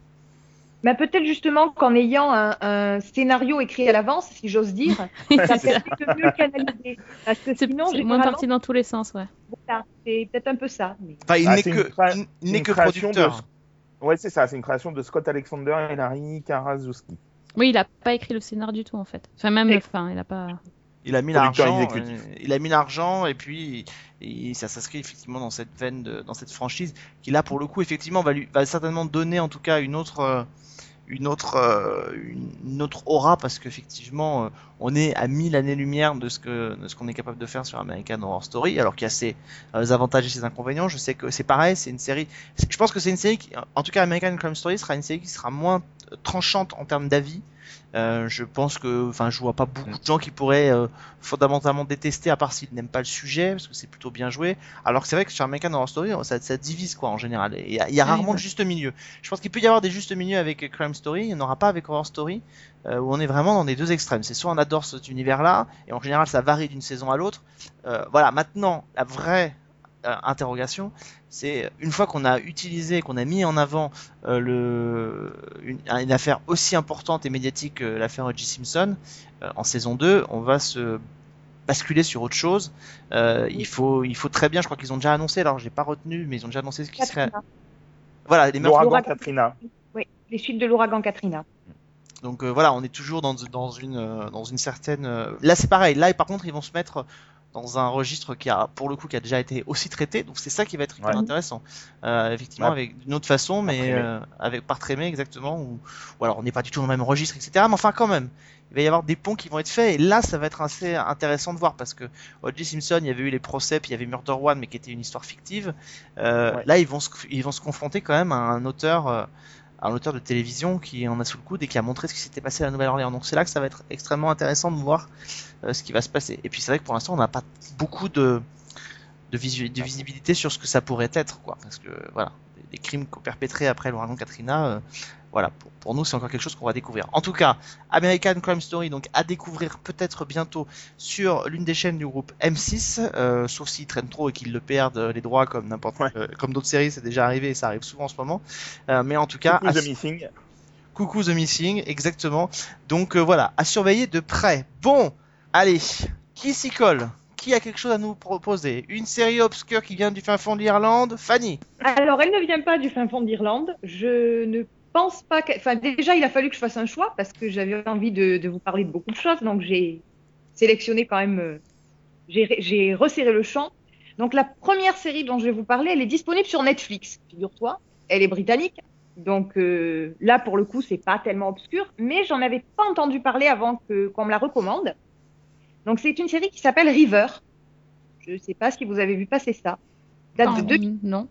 Ben, peut-être justement qu'en ayant un, un scénario écrit à l'avance, si j'ose dire, ça c'est permet de mieux canaliser. Parce que C'est sinon, c'est moins généralement, parti dans tous les sens, ouais. voilà, c'est peut-être un peu ça. Mais... Enfin, il Ah, n'est c'est que, une cré- il- il c'est n'est une que création producteur. de- Ouais, c'est ça, c'est une création de Scott Alexander et Larry Karaszewski. Oui, il a pas écrit le scénar du tout en fait. Enfin même, Et- enfin, il a pas. Il a mis Producteur l'argent, exécutif. euh, il a mis l'argent et puis et ça s'inscrit effectivement dans cette veine, de, dans cette franchise qui là pour le coup effectivement va lui va certainement donner en tout cas une autre euh, une autre euh, une, une autre aura parce qu'effectivement euh, on est à mille années-lumière de ce que de ce qu'on est capable de faire sur American Horror Story alors qu'il y a ses euh, avantages et ses inconvénients. Je sais que c'est pareil, c'est une série c'est- je pense que c'est une série qui en tout cas American Crime Story sera une série qui sera moins euh, tranchante en termes d'avis. Euh, je pense que, enfin, je vois pas beaucoup de gens qui pourraient euh, fondamentalement détester, à part s'ils n'aiment pas le sujet, parce que c'est plutôt bien joué. Alors que c'est vrai que sur American Horror Story, ça, ça divise quoi en général. Et Il y a, il y a Ouais, rarement ouais. de juste milieu. Je pense qu'il peut y avoir des justes milieux avec Crime Story, il n'y en aura pas avec Horror Story, euh, où on est vraiment dans les deux extrêmes. C'est soit on adore cet univers-là, et en général ça varie d'une saison à l'autre. Euh, voilà, maintenant la vraie euh, interrogation, c'est une fois qu'on a utilisé, qu'on a mis en avant euh, le, une, une affaire aussi importante et médiatique que l'affaire O J Simpson, euh, en saison deux, on va se basculer sur autre chose. Euh, il faut, il faut très bien, je crois qu'ils ont déjà annoncé, alors j'ai pas retenu, mais ils ont déjà annoncé ce qui serait. Katrina. Voilà, les meurtres. L'ouragan L'ouragan. Katrina. Oui, les suites de l'ouragan Katrina. Donc euh, voilà, on est toujours dans, dans, une, euh, dans une certaine... euh, Là c'est pareil, là par contre ils vont se mettre dans un registre qui a, pour le coup, qui a déjà été aussi traité, donc c'est ça qui va être hyper Ouais. intéressant. Euh, effectivement, Ouais. avec d'une autre façon, mais Trémé. euh, avec par Trémé exactement, ou, ou alors on n'est pas du tout dans le même registre, et cetera. Mais enfin quand même, il va y avoir des ponts qui vont être faits, et là ça va être assez intéressant de voir, parce que O J Simpson, il y avait eu les procès, puis il y avait Murder One, mais qui était une histoire fictive. Euh, Ouais. Là ils vont, se, ils vont se confronter quand même à un auteur... Euh, un auteur de télévision qui en a sous le coude et qui a montré ce qui s'était passé à la Nouvelle-Orléans. Donc c'est là que ça va être extrêmement intéressant de voir euh, ce qui va se passer. Et puis c'est vrai que pour l'instant on n'a pas beaucoup de, de, visu- de visibilité sur ce que ça pourrait être, quoi. Parce que voilà, des, des crimes perpétrés après l'ouragan Katrina, euh, voilà, pour, pour nous c'est encore quelque chose qu'on va découvrir. En tout cas, American Crime Story, donc à découvrir peut-être bientôt sur l'une des chaînes du groupe M six, euh, sauf s'ils traînent trop et qu'ils le perdent euh, les droits comme n'importe Ouais. euh, comme d'autres séries, c'est déjà arrivé et ça arrive souvent en ce moment. Euh, mais en tout cas, Coucou à- The Missing. Coucou The Missing, exactement. Donc euh, voilà, à surveiller de près. Bon, allez, qui s'y colle? Qui a quelque chose à nous proposer? Une série obscure qui vient du fin fond de l'Irlande? Fanny? Alors, elle ne vient pas du fin fond d'Irlande. Je ne pense pas que... Enfin, déjà, il a fallu que je fasse un choix parce que j'avais envie de, de vous parler de beaucoup de choses. Donc, j'ai sélectionné quand même... euh, J'ai j'ai resserré le champ. Donc, la première série dont je vais vous parler, elle est disponible sur Netflix, figure-toi. Elle est britannique. Donc, euh, là, pour le coup, c'est pas tellement obscur. Mais j'en avais pas entendu parler avant que qu'on me la recommande. Donc, c'est une série qui s'appelle River. Je ne sais pas si vous avez vu passer ça. Date de Non, deux non.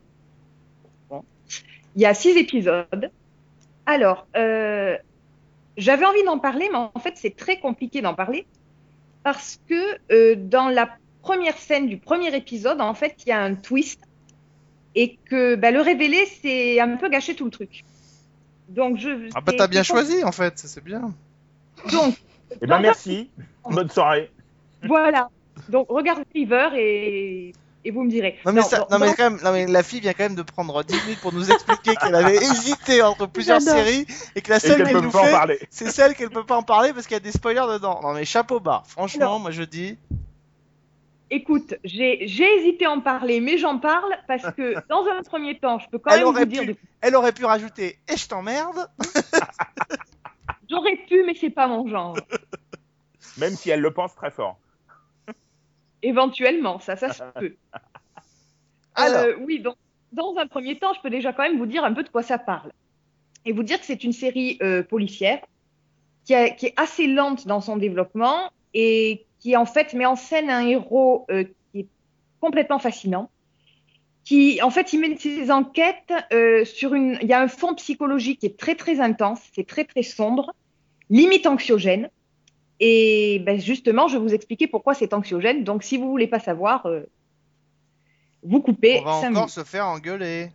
Il y a six épisodes. Alors, euh, j'avais envie d'en parler, mais en fait, c'est très compliqué d'en parler parce que euh, dans la première scène du premier épisode, en fait, il y a un twist et que bah, le révéler, c'est un peu gâcher tout le truc. Donc, je. Ah bah c'est- t'as bien c'est choisi en fait, c'est bien. Donc, Eh dans ben un- merci. Bonne soirée. voilà. Donc, regardez River et, et vous me direz. Non mais, Non, ça, dans- non, mais dans- quand même, non mais la fille vient quand même de prendre dix minutes pour nous expliquer qu'elle avait hésité entre plusieurs J'adore. séries et que la Et seule qu'elle qu'elle peut nous pas en fait, parler. c'est celle qu'elle peut pas en parler parce qu'il y a des spoilers dedans. Non mais chapeau bas, franchement, Alors, moi je dis... Écoute, j'ai j'ai hésité à en parler, mais j'en parle parce que dans un premier temps, je peux quand Elle même aurait vous dire pu, de elle aurait pu rajouter « et je t'emmerde ». J'aurais pu, mais c'est pas mon genre. Même si elle le pense très fort. Éventuellement, ça, ça se peut. Alors, Euh, oui, donc, dans un premier temps, je peux déjà quand même vous dire un peu de quoi ça parle. Et vous dire que c'est une série euh, policière qui, a- qui est assez lente dans son développement et qui, en fait, met en scène un héros euh, qui est complètement fascinant. Qui, en fait, il mène ses enquêtes euh, sur une... Il y a un fond psychologique qui est très, très intense, c'est très, très sombre, limite anxiogène. Et ben, justement, je vais vous expliquer pourquoi c'est anxiogène. Donc, si vous voulez pas savoir, euh, vous coupez on va cinq encore minutes. se faire engueuler.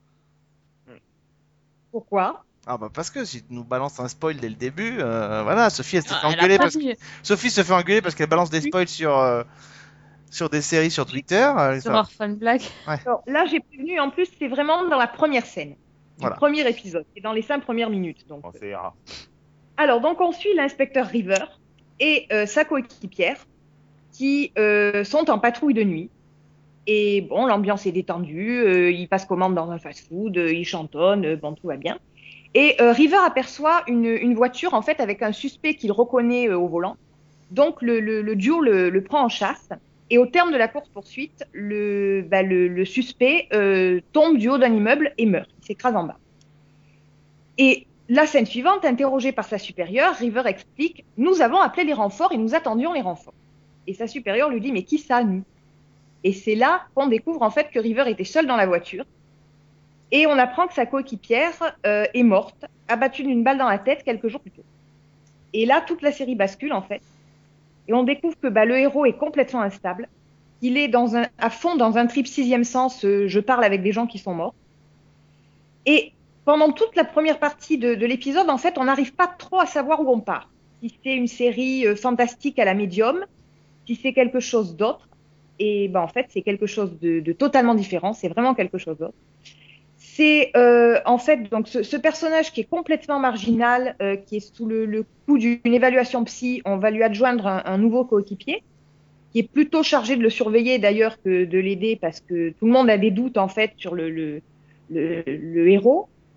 Pourquoi? Ah bah parce que si tu nous balances un spoil dès le début, euh, voilà, Sophie elle se fait Ah, elle a engueuler pas parce que... dit Sophie se fait engueuler parce qu'elle balance des spoils sur, euh, sur des séries sur Twitter. euh, sur ça- Orphan Black. Alors, là, j'ai prévenu, en plus, c'est vraiment dans la première scène du Voilà. premier épisode. C'est dans les cinq premières minutes. Donc. Bon, c'est rare. Alors, donc, on suit l'inspecteur River et euh, sa coéquipière qui euh, sont en patrouille de nuit. Et bon, l'ambiance est détendue. Euh, ils passent commande dans un fast-food, euh, ils chantonnent, euh, bon, tout va bien. Et euh, River aperçoit une, une voiture, en fait, avec un suspect qu'il reconnaît euh, au volant. Donc, le, le, le duo le, le prend en chasse. Et au terme de la course-poursuite, le, bah, le, le suspect euh, tombe du haut d'un immeuble et meurt. Il s'écrase en bas. Et la scène suivante, interrogé par sa supérieure, River explique « Nous avons appelé les renforts et nous attendions les renforts. » Et sa supérieure lui dit « Mais qui ça, nous ?» Et c'est là qu'on découvre en fait que River était seul dans la voiture. Et on apprend que sa coéquipière euh, est morte, abattue d'une balle dans la tête quelques jours plus tôt. Et là, toute la série bascule en fait. Et on découvre que bah, le héros est complètement instable. Il est dans un, à fond dans un trip sixième sens, euh, je parle avec des gens qui sont morts. Et pendant toute la première partie de, de l'épisode, en fait, on n'arrive pas trop à savoir où on part. Si c'est une série euh, fantastique à la médium, si c'est quelque chose d'autre. Et ben, en fait, c'est quelque chose de, de totalement différent. C'est vraiment quelque chose d'autre. C'est euh, en fait donc ce, ce personnage qui est complètement marginal, euh, qui est sous le, le coup d'une évaluation psy, on va lui adjoindre un, un nouveau coéquipier, qui est plutôt chargé de le surveiller d'ailleurs que de l'aider parce que tout le monde a des doutes en fait sur le, le, le, le héros.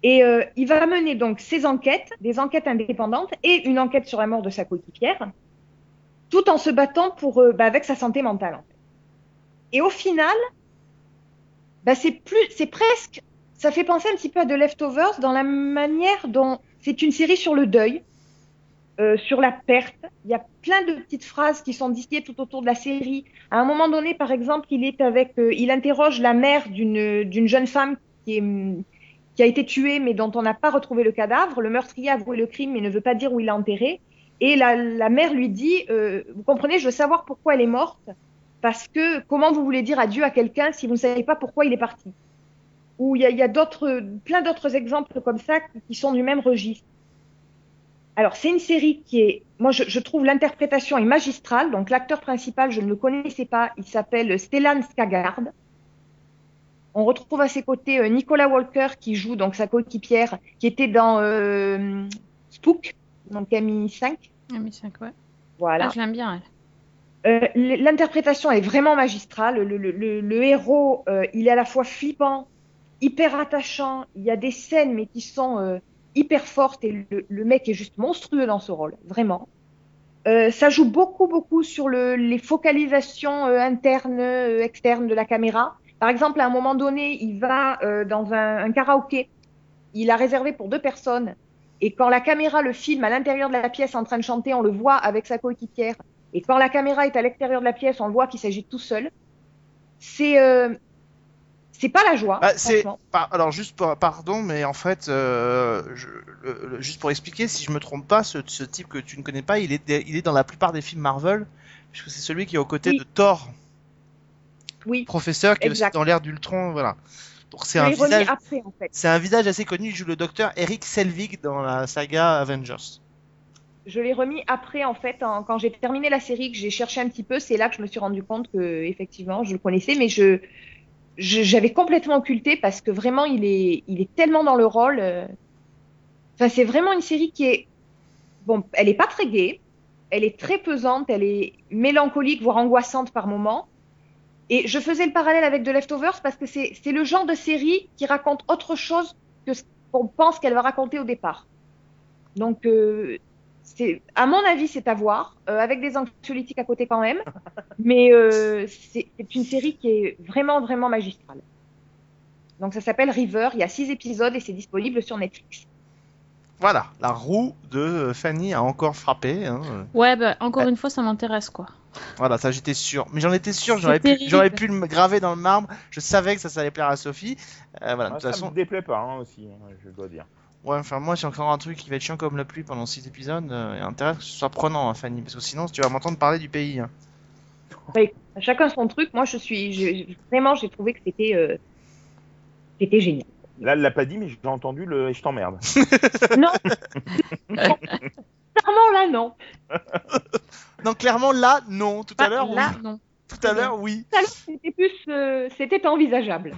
Et euh, il va mener donc ses enquêtes, des enquêtes indépendantes et une enquête sur la mort de sa coéquipière, tout en se battant pour, euh, bah, avec sa santé mentale. En fait. Et au final, bah, c'est plus, c'est presque, ça fait penser un petit peu à The Leftovers dans la manière dont c'est une série sur le deuil, euh, sur la perte. Il y a plein de petites phrases qui sont distillées tout autour de la série. À un moment donné, par exemple, il est avec, euh, il interroge la mère d'une d'une jeune femme qui est qui a été tué, mais dont on n'a pas retrouvé le cadavre. Le meurtrier a avoué le crime, mais ne veut pas dire où il l'a enterré. Et la, la mère lui dit, euh, vous comprenez, je veux savoir pourquoi elle est morte, parce que comment vous voulez dire adieu à quelqu'un si vous ne savez pas pourquoi il est parti. Ou il y a, y a d'autres, plein d'autres exemples comme ça qui, qui sont du même registre. Alors, c'est une série qui est, moi, je, je trouve l'interprétation est magistrale. Donc, l'acteur principal, je ne le connaissais pas, il s'appelle Stellan Skarsgård. On retrouve à ses côtés euh, Nicolas Walker qui joue donc sa coéquipière, qui était dans euh, Spook, donc M I cinq. M I cinq, ouais. Voilà. Ah, je l'aime bien, elle. Euh, l'interprétation est vraiment magistrale. Le, le, le, le héros, euh, il est à la fois flippant, hyper attachant. Il y a des scènes, mais qui sont euh, hyper fortes et le, le mec est juste monstrueux dans ce rôle, vraiment. Euh, ça joue beaucoup, beaucoup sur le, les focalisations euh, internes, euh, externes de la caméra. Par exemple, à un moment donné, il va euh, dans un, un karaoké. Il a réservé pour deux personnes. Et quand la caméra le filme à l'intérieur de la pièce en train de chanter, on le voit avec sa coéquipière. Et quand la caméra est à l'extérieur de la pièce, on le voit qu'il s'agit tout seul. C'est euh, c'est pas la joie. Ah, c'est par... alors juste pour... pardon, mais en fait, euh, je... le... Le... juste pour expliquer, si je me trompe pas, ce, ce type que tu ne connais pas, il est de... il est dans la plupart des films Marvel, puisque c'est celui qui est aux côtés oui. de Thor. Oui. Professeur qui exact. est aussi dans l'ère d'Ultron, voilà. Donc c'est je un visage. Après, en fait. C'est un visage assez connu. Il joue le docteur Eric Selvig dans la saga Avengers. Je l'ai remis après, en fait, en... quand j'ai terminé la série, que j'ai cherché un petit peu, c'est là que je me suis rendu compte que effectivement, je le connaissais, mais je j'avais complètement occulté parce que vraiment, il est, il est tellement dans le rôle. Euh... Enfin, c'est vraiment une série qui est, bon, elle est pas très gaie, elle est très pesante, elle est mélancolique, voire angoissante par moments. Et je faisais le parallèle avec The Leftovers parce que c'est, c'est le genre de série qui raconte autre chose que ce qu'on pense qu'elle va raconter au départ. Donc, euh, c'est, à mon avis, c'est à voir, euh, avec des anxiolytiques à côté quand même. Mais euh, c'est, c'est une série qui est vraiment, vraiment magistrale. Donc, ça s'appelle River. Il y a six épisodes et c'est disponible sur Netflix. Voilà, la roue de Fanny a encore frappé. Hein. Ouais, bah, encore une fois, ça m'intéresse, quoi. Voilà, ça j'étais sûr. Mais j'en étais sûr, j'aurais pu, j'aurais pu le graver dans le marbre. Je savais que ça, ça allait plaire à Sophie. Euh, voilà, ah, de toute ça façon. me déplaît pas hein, aussi, je dois dire. Ouais, enfin moi, c'est encore un truc qui va être chiant comme la pluie pendant six épisodes. Euh, il y a intérêt que ce soit prenant, hein, Fanny, parce que sinon, tu vas m'entendre parler du pays. Hein. Ouais, chacun son truc. Moi, je suis, je, vraiment, j'ai trouvé que c'était, euh, c'était génial. Là, elle l'a pas dit, mais j'ai entendu le et je t'emmerde. Non. Clairement, là, non. Non, clairement, là, non. Tout à Ah, l'heure, là, oui. non. Tout à l'heure, oui. Tout à l'heure, c'était plus, euh, c'était envisageable.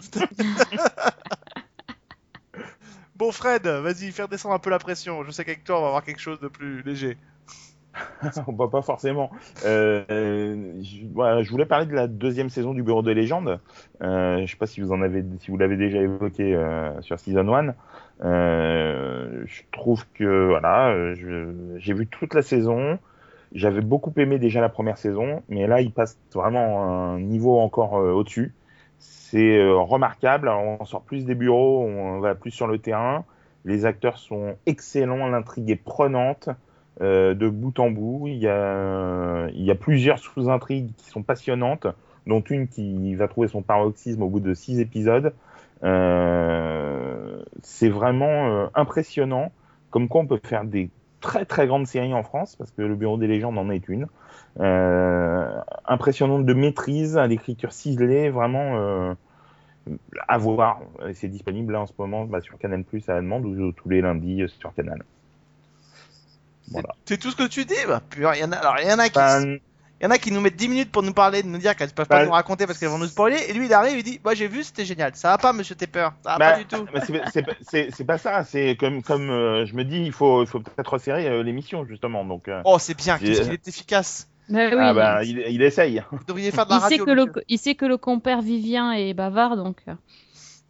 Bon, Fred, vas-y, faire descendre un peu la pression. Je sais qu'avec toi, on va avoir quelque chose de plus léger. Bah, pas forcément. Euh, euh, je, voilà, je voulais parler de la deuxième saison du Bureau des légendes. Euh, je sais pas si vous en avez, si vous l'avez déjà évoqué euh, sur Season un. Euh, je trouve que voilà, je, j'ai vu toute la saison. J'avais beaucoup aimé déjà la première saison, mais là, il passe vraiment un niveau encore euh, au-dessus. C'est euh, remarquable. Alors, on sort plus des bureaux, on va plus sur le terrain. Les acteurs sont excellents, l'intrigue est prenante. Euh, de bout en bout, il y a, il y a plusieurs sous-intrigues qui sont passionnantes, dont une qui va trouver son paroxysme au bout de six épisodes. Euh, c'est vraiment euh, impressionnant, comme quoi on peut faire des très très grandes séries en France, parce que le Bureau des légendes en est une. Euh, impressionnante de maîtrise, à l'écriture ciselée, vraiment euh, à voir. C'est disponible là en ce moment bah, sur Canal plus à la demande ou tous les lundis sur Canal. Voilà. C'est tout ce que tu dis bah, il y en a, alors, il y en a qui, Ben, il y en a qui nous mettent dix minutes pour nous parler, de nous dire qu'elles ne peuvent pas ben, nous raconter parce qu'elles vont nous spoiler. Et lui, il arrive, il dit, bah j'ai vu, c'était génial. Ça va pas, Monsieur Tepper. Ça va bah, pas du tout. bah, c'est, c'est, c'est, c'est pas ça. C'est comme, comme euh, je me dis, il faut, il faut peut-être resserrer euh, l'émission justement. Donc. Euh, Oh, c'est bien. j'ai- Qu'est-ce qu'il est efficace. Bah oui, ah bah, il, il essaye. Vous devriez faire de la il, sait radio. que le, monsieur. il sait que le compère Vivien est bavard, donc... euh,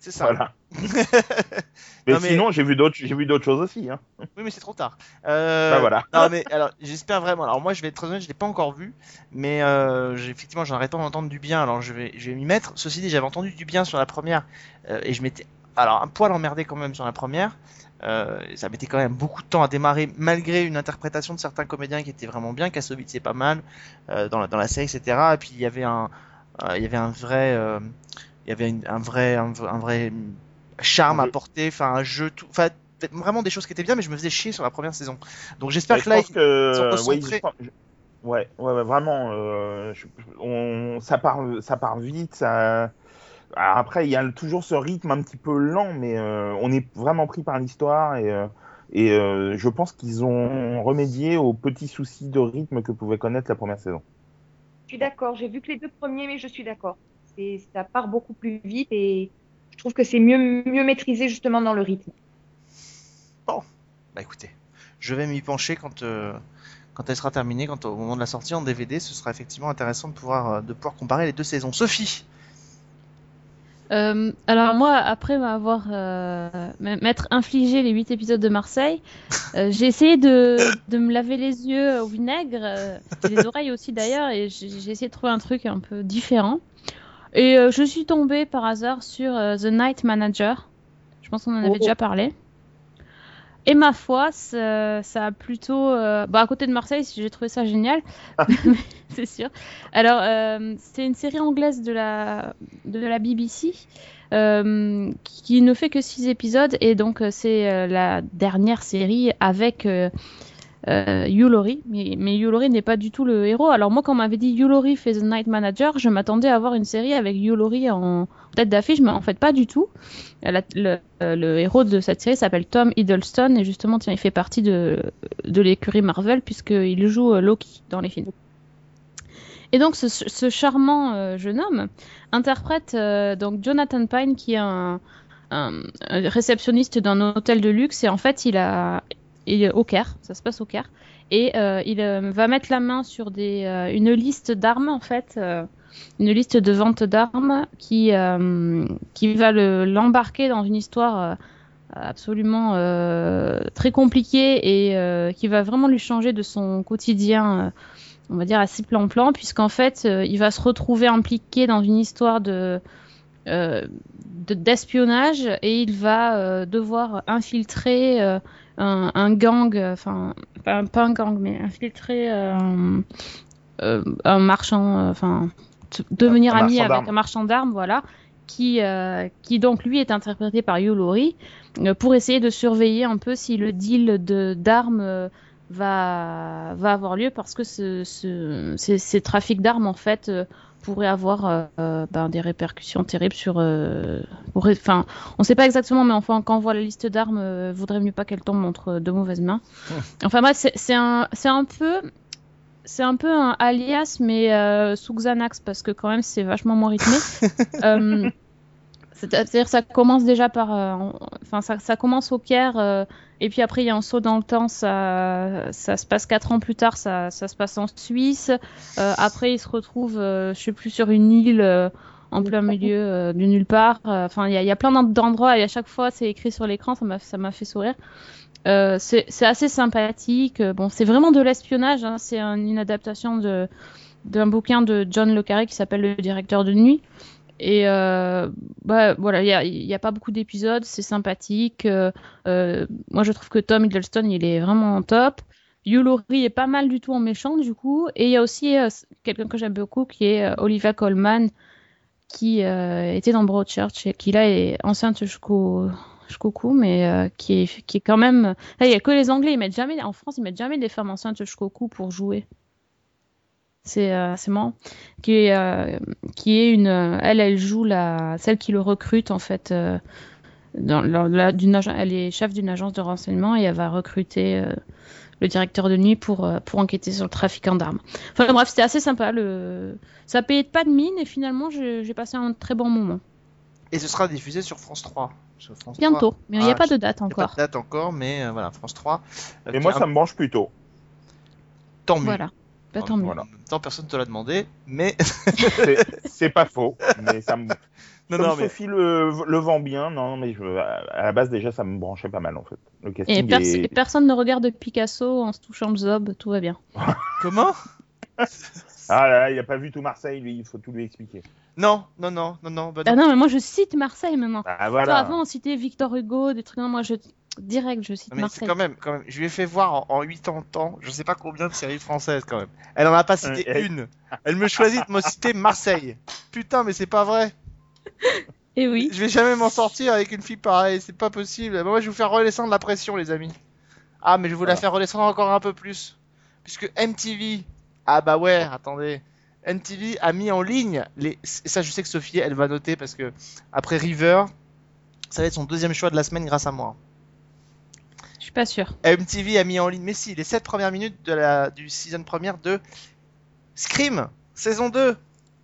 C'est ça. Voilà. mais, Non, mais- sinon, j'ai vu d'autres, j'ai vu d'autres choses aussi. Hein. Oui, mais c'est trop tard. Euh, Bah voilà. Non, mais alors, j'espère vraiment. Alors, moi, je vais être très honnête, je l'ai pas encore vu, mais euh, j'ai- effectivement, j'en arrête pas d'entendre du bien. Alors, je vais, je vais m'y mettre. Ceci dit, j'avais entendu du bien sur la première, euh, et je m'étais, alors, un poil emmerdé quand même sur la première. Euh, ça mettait quand même beaucoup de temps à démarrer, malgré une interprétation de certains comédiens qui était vraiment bien. Kassovitz c'est pas mal euh, dans la dans la série, et cetera. Et puis il y avait un, euh, il y avait un vrai, euh, il y avait une- un vrai, un, v- un vrai charme Un à jeu. porter, enfin un jeu, tout, enfin vraiment des choses qui étaient bien, mais je me faisais chier sur la première saison. Donc Bah, j'espère je que là pense ils que, sont oui, recentrés. je pense- je- ouais, ouais, ouais, vraiment, euh, je- on, ça part, ça part vite. Ça... Alors après, il y a toujours ce rythme un petit peu lent, mais euh, on est vraiment pris par l'histoire et, euh, et euh, je pense qu'ils ont remédié aux petits soucis de rythme que pouvait connaître la première saison. Je suis d'accord. J'ai vu que les deux premiers, mais je suis d'accord. C'est, ça part beaucoup plus vite et je trouve que c'est mieux, mieux maîtrisé justement dans le rythme. Bon, bah écoutez, je vais m'y pencher quand euh, quand elle sera terminée, quand au moment de la sortie en D V D, ce sera effectivement intéressant de pouvoir euh, de pouvoir comparer les deux saisons. Sophie. Euh, alors moi, après m'avoir euh, m- m'être infligé les huit épisodes de Marseille, euh, j'ai essayé de, de me laver les yeux au vinaigre, euh, et les oreilles aussi d'ailleurs, et j'ai j'ai essayé de trouver un truc un peu différent. Et euh, je suis tombée par hasard sur euh, The Night Manager. Je pense qu'on en avait Oh. déjà parlé. Et ma foi, ça, ça a plutôt... euh, Bah, à côté de Marseille, j'ai trouvé ça génial, c'est sûr. Alors, euh, c'est une série anglaise de la, de la B B C euh, qui ne fait que six épisodes. Et donc, euh, c'est euh, la dernière série avec euh, euh, Hugh Laurie. Mais, mais Hugh Laurie n'est pas du tout le héros. Alors moi, quand on m'avait dit Hugh Laurie fait The Night Manager, je m'attendais à avoir une série avec Hugh Laurie en tête d'affiche, mais en fait pas du tout. La- le, euh, le héros de cette série s'appelle Tom Hiddleston et justement, tiens, il fait partie de, de l'écurie Marvel puisqu'il joue euh, Loki dans les films. Et donc, ce, ce charmant euh, jeune homme interprète euh, donc Jonathan Pine, qui est un, un, un réceptionniste d'un hôtel de luxe. Et en fait, il a, il est au Caire, ça se passe au Caire, et euh, il euh, va mettre la main sur des, euh, une liste d'armes en fait. Euh, une liste de vente d'armes qui, euh, qui va le, l'embarquer dans une histoire euh, absolument euh, très compliquée et euh, qui va vraiment lui changer de son quotidien, euh, on va dire, assez plan-plan, puisqu'en fait, euh, il va se retrouver impliqué dans une histoire de, euh, de, d'espionnage et il va euh, devoir infiltrer euh, un, un gang, enfin, pas, pas un gang, mais infiltrer euh, euh, un marchand, enfin, t- devenir Un ami marchand avec d'armes. un marchand d'armes, voilà, qui, euh, qui donc lui est interprété par Hugh Laurie, euh, pour essayer de surveiller un peu si le deal de d'armes euh, va va avoir lieu, parce que ce, ce, ces, ces trafics d'armes en fait euh, pourraient avoir euh, euh, ben, des répercussions terribles sur, euh, pour- enfin, on sait pas exactement, mais enfin quand on voit la liste d'armes, euh, vaudrait mieux pas qu'elle tombe entre de mauvaises mains. Enfin bref, c'est c'est un c'est un peu c'est un peu un alias, mais euh, sous Xanax, parce que quand même c'est vachement moins rythmé. euh, c'est-à-dire ça commence déjà par, euh, en- enfin ça, ça commence au Caire, euh, et puis après il y a un saut dans le temps, ça, ça se passe quatre ans plus tard, ça, ça se passe en Suisse. Euh, après il se retrouve, euh, je sais plus, sur une île euh, en plein milieu euh, du nulle part. Euh, Enfin il y a, il y a plein d'en- d'endroits et à chaque fois c'est écrit sur l'écran, ça m'a ça m'a fait sourire. Euh, c'est c'est assez sympathique. Euh, Bon, c'est vraiment de l'espionnage, hein. C'est un- une adaptation de d'un bouquin de John le Carré qui s'appelle Le directeur de nuit. Et euh, bah voilà, il y a, il y a pas beaucoup d'épisodes, c'est sympathique. Euh, euh, moi, je trouve que Tom Hiddleston, il est vraiment top. Hugh Laurie est pas mal du tout en méchant, du coup. Et il y a aussi euh, quelqu'un que j'aime beaucoup, qui est euh, Olivia Colman, qui euh, était dans Broadchurch et qui là est enceinte jusqu'au jusqu'au cou, mais euh, qui est qui est quand même. Là, il y a que les Anglais, ils mettent jamais, en France, ils mettent jamais des femmes enceintes jusqu'au cou pour jouer. C'est euh, c'est marrant. Qui est euh, qui est une, euh, elle, elle joue la celle qui le recrute en fait. Euh, dans, la, la- d'une agence, elle est chef d'une agence de renseignement et elle va recruter euh, le directeur de nuit pour euh, pour enquêter sur le trafiquant d'armes. Enfin bref, c'était assez sympa. Le ça payait pas de mine et finalement j'ai j'ai passé un très bon moment. Et ce sera diffusé sur France trois. Sur France Bientôt, trois. mais il n'y a Ah, pas je- de date Il n'y a pas encore. de date encore, mais euh, voilà, France trois. euh, Et qui moi, est un- ça me branche plutôt. tant mieux. Voilà. Bah, En- tant mieux. Voilà. En même temps, personne te l'a demandé, mais C'est- C'est pas faux, mais ça me. non, Comme non, mais Sophie le, le vend bien, non, mais je, à la base déjà ça me branchait pas mal en fait. Le Et, casting pers- est. et personne ne regarde Picasso en se touchant le zob, tout va bien. comment? Ah là, là, il a pas vu tout Marseille, lui, il faut tout lui expliquer. Non, non, non, non, non, bah Ah non. non, mais moi je cite Marseille maintenant. Ah Toi, voilà. avant on citait Victor Hugo, des trucs. Non, moi je direct je cite Mais c'est Marseille. quand même, quand même, je lui ai fait voir en, en quatre-vingts ans, je sais pas combien de séries françaises quand même. Elle en a pas cité Ouais, et- une. Elle me choisit de me citer Marseille. Putain, mais c'est pas vrai. Et oui. Je vais jamais m'en sortir avec une fille pareille, c'est pas possible. Bah, moi, je vais vous faire redescendre la pression, les amis. Ah, mais je vais vous la Voilà. faire redescendre encore un peu plus. Puisque M T V, ah bah ouais, attendez. M T V a mis en ligne les. Et ça, je sais que Sophie, elle va noter parce que après River, ça va être son deuxième choix de la semaine grâce à moi. Je suis pas sûre. M T V a mis en ligne, mais si, les sept premières minutes de la, du season première de Scream, saison deux.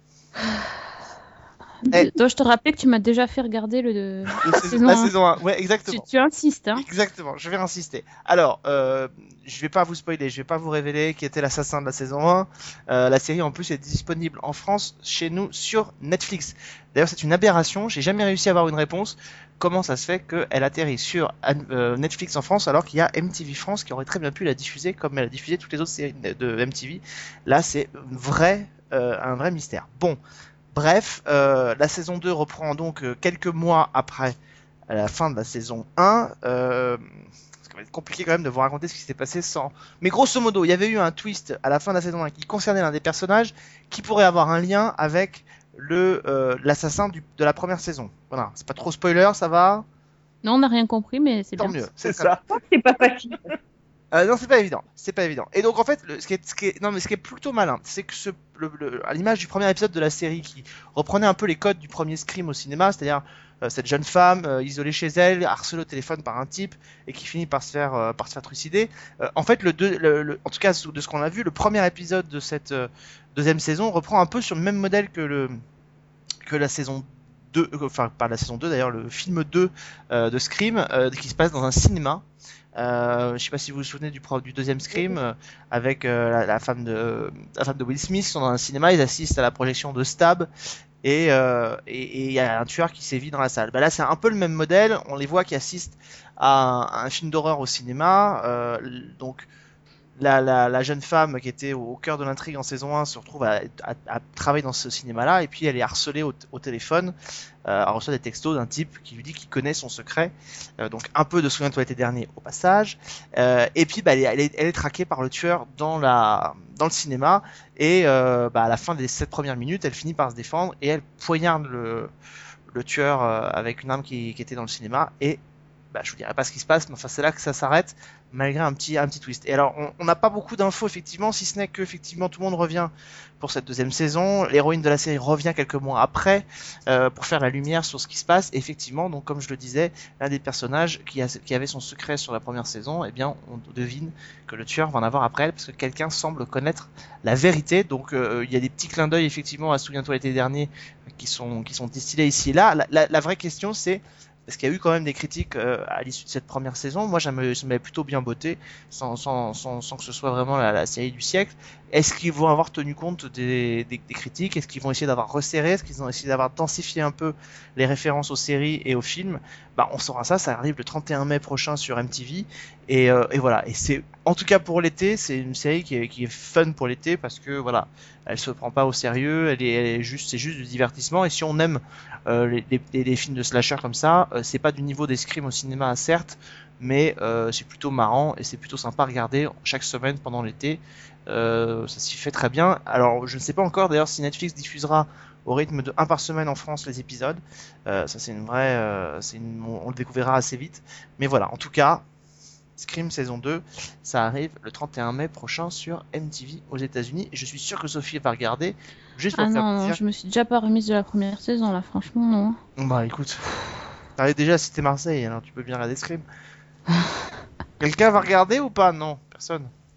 Eh. Dois-je te rappeler que tu m'as déjà fait regarder le. De La saison- saison la un. saison un. Ouais, Tu, exactement. tu insistes, hein. Exactement, je vais insister. Alors, euh, je vais pas vous spoiler, je vais pas vous révéler qui était l'assassin de la saison un. Euh, la série en plus est disponible en France, chez nous, sur Netflix. D'ailleurs, c'est une aberration, j'ai jamais réussi à avoir une réponse. Comment ça se fait qu'elle atterrit sur euh, Netflix en France alors qu'il y a M T V France qui aurait très bien pu la diffuser comme elle a diffusé toutes les autres séries de M T V. Là, c'est une vraie, euh, un vrai mystère. Bon, bref, euh, la saison deux reprend donc euh, quelques mois après à la fin de la saison un. Euh, ça va être compliqué quand même de vous raconter ce qui s'est passé sans. Mais grosso modo, il y avait eu un twist à la fin de la saison un qui concernait l'un des personnages qui pourrait avoir un lien avec le euh, l'assassin du- de la première saison. Voilà, c'est pas trop spoiler, ça va. Non, on n'a rien compris, mais c'est Tant bien. mieux. C'est très ça. C'est pas facile. Euh, non, c'est pas évident. C'est pas évident. Et donc en fait, le, ce, qui est, ce qui est, non mais ce qui est plutôt malin, c'est que ce, le, le- à l'image du premier épisode de la série qui reprenait un peu les codes du premier Scream au cinéma, c'est-à-dire euh, cette jeune femme euh, isolée chez elle, harcelée au téléphone par un type et qui finit par se faire euh, par se faire trucider. Euh, en fait, le, deux, le, le en tout cas de ce qu'on a vu, le premier épisode de cette euh, deuxième saison reprend un peu sur le même modèle que le que la saison deux, euh, enfin pas la saison deux d'ailleurs, le film deux euh, de Scream euh, qui se passe dans un cinéma. Euh, je sais pas si vous vous souvenez du, pro- du deuxième Scream euh, avec euh, la, la femme de la femme de Will Smith, ils sont dans un cinéma, ils assistent à la projection de Stab et euh, et et il y a un tueur qui sévit dans la salle. Bah là c'est un peu le même modèle, on les voit qui assistent à un, à un film d'horreur au cinéma, euh, donc la, la, la jeune femme qui était au, au cœur de l'intrigue en saison un se retrouve à, à, à travailler dans ce cinéma-là et puis elle est harcelée au, au téléphone, euh, elle reçoit des textos d'un type qui lui dit qu'il connaît son secret, euh, donc un peu de Souviens-toi l'été dernier au passage, euh, et puis bah, elle, est, elle, est, elle est traquée par le tueur dans, la, dans le cinéma et euh, bah, à la fin des sept premières minutes elle finit par se défendre et elle poignarde le, le tueur euh, avec une arme qui, qui était dans le cinéma et bah, je vous dirai pas ce qui se passe, mais enfin c'est là que ça s'arrête, malgré un petit un petit twist. Et alors on n'a pas beaucoup d'infos effectivement, si ce n'est que effectivement tout le monde revient pour cette deuxième saison. L'héroïne de la série revient quelques mois après euh, pour faire la lumière sur ce qui se passe. Et effectivement, donc comme je le disais, l'un des personnages qui, a, qui avait son secret sur la première saison, eh bien on devine que le tueur va en avoir après elle parce que quelqu'un semble connaître la vérité. Donc euh, il y a des petits clins d'œil effectivement à Souviens-toi l'été dernier qui sont qui sont distillés ici et là. La, la, la vraie question c'est parce qu'il y a eu quand même des critiques euh, à l'issue de cette première saison. Moi, ça m'avait plutôt bien botté, sans, sans, sans, sans que ce soit vraiment la, la série du siècle. Est-ce qu'ils vont avoir tenu compte des, des, des critiques? Est-ce qu'ils vont essayer d'avoir resserré? Est-ce qu'ils vont essayer d'avoir densifié un peu les références aux séries et aux films? Bah, on saura ça, ça arrive le trente et un mai prochain sur M T V. Et, euh, et voilà. Et c'est, en tout cas pour l'été, c'est une série qui est, qui est fun pour l'été parce que voilà, elle se prend pas au sérieux, elle est, elle est juste, c'est juste du divertissement. Et si on aime euh, les, les, les films de slasher comme ça, euh, c'est pas du niveau des Scream au cinéma, certes, mais euh, c'est plutôt marrant et c'est plutôt sympa à regarder chaque semaine pendant l'été. Euh, ça s'y fait très bien. Alors, je ne sais pas encore d'ailleurs si Netflix diffusera au rythme de un par semaine en France les épisodes. Euh, ça, c'est une vraie, euh, c'est une, on, on le découvrira assez vite. Mais voilà, en tout cas, Scream saison deux, ça arrive le trente et un mai prochain sur M T V aux États-Unis. Je suis sûr que Sophie va regarder. Juste pour Ah faire non, non, plaisir. je me suis déjà pas remise de la première saison là, franchement non. Bah écoute, t'arrives déjà à citer Marseille, alors tu peux bien regarder Scream. Quelqu'un va regarder ou pas? Non, personne.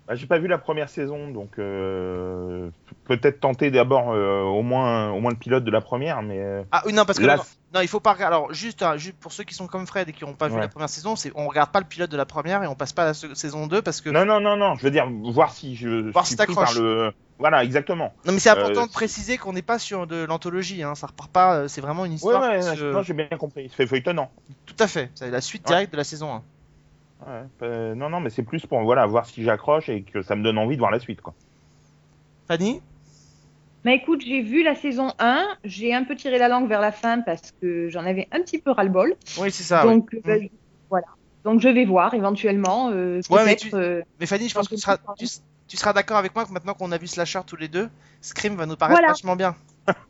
Bah, j'ai pas vu la première saison, donc euh, peut-être tenter d'abord euh, au moins au moins le pilote de la première, mais euh, Ah oui, non, parce que là, non, non, il faut pas regarder. Alors, juste, hein, juste pour ceux qui sont comme Fred et qui n'ont pas vu ouais. la première saison, c'est on regarde pas le pilote de la première et on passe pas à la se- saison deux parce que Non, non, non, non, je veux dire voir si je voir suis si pris par t'accroches. le. Voilà, exactement. Non, mais c'est important Euh, de préciser qu'on n'est pas sur de l'anthologie, hein, ça repart pas, euh, c'est vraiment une Ouais, histoire ouais, qui ouais, se... non, j'ai bien compris. C'est feuilletonnant. Tout à fait, c'est la suite Ouais. directe de la saison un. Ouais, euh, non, non, mais c'est plus pour voilà voir si j'accroche et que ça me donne envie de voir la suite, quoi. Fanny? Bah écoute, j'ai vu la saison un, j'ai un peu tiré la langue vers la fin parce que j'en avais un petit peu ras-le-bol. Oui, c'est ça. Donc, Oui. bah, Mm. je- voilà. Donc je vais voir éventuellement. euh, Ouais, mais, peut-être. tu... euh, mais Fanny, je pense que tu seras, tu, tu seras d'accord avec moi que maintenant qu'on a vu Slasher tous les deux, Scream va nous paraître Voilà, vachement bien.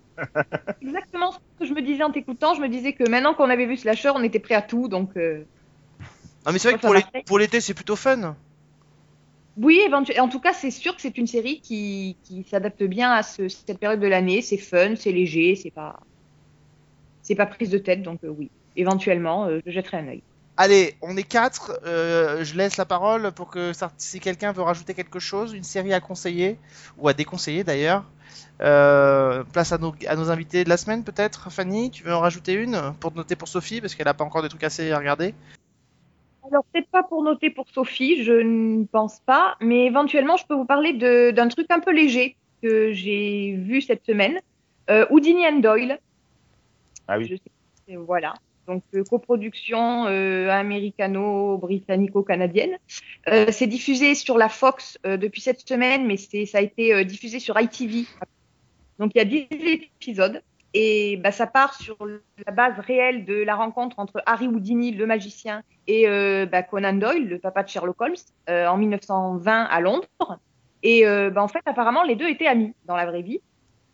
exactement ce que je me disais en t'écoutant. Je me disais que maintenant qu'on avait vu Slasher, on était prêt à tout. Donc, euh, Non, mais c'est vrai moi, que ça pour les- marcherait. pour l'été, c'est plutôt fun. Oui, éventuellement. En tout cas, c'est sûr que c'est une série qui, qui s'adapte bien à ce- cette période de l'année. C'est fun, c'est léger, c'est pas, c'est pas prise de tête. Donc, euh, oui, éventuellement, euh, je jetterai un œil. Allez, on est quatre. euh, je laisse la parole pour que ça- si quelqu'un veut rajouter quelque chose, une série à conseiller ou à déconseiller d'ailleurs. Euh, place à nos, à nos invités de la semaine peut-être. Fanny, tu veux en rajouter une pour noter pour Sophie parce qu'elle a pas encore des trucs assez à regarder. Alors, peut-être pas pour noter pour Sophie, je ne pense pas, mais éventuellement, je peux vous parler de- d'un truc un peu léger que j'ai vu cette semaine. Euh, Houdini and Doyle. Ah Je oui. sais, voilà. Donc, euh, coproduction euh, américano-britannico-canadienne. Euh, c'est diffusé sur la Fox euh, depuis cette semaine, mais c'est, ça a été euh, diffusé sur I T V. Donc, il y a dix épisodes. Et bah, ça part sur la base réelle de la rencontre entre Harry Houdini, le magicien, et euh, bah, Conan Doyle, le papa de Sherlock Holmes, euh, en mille neuf cent vingt à Londres. Et euh, bah, en fait, apparemment, les deux étaient amis dans la vraie vie.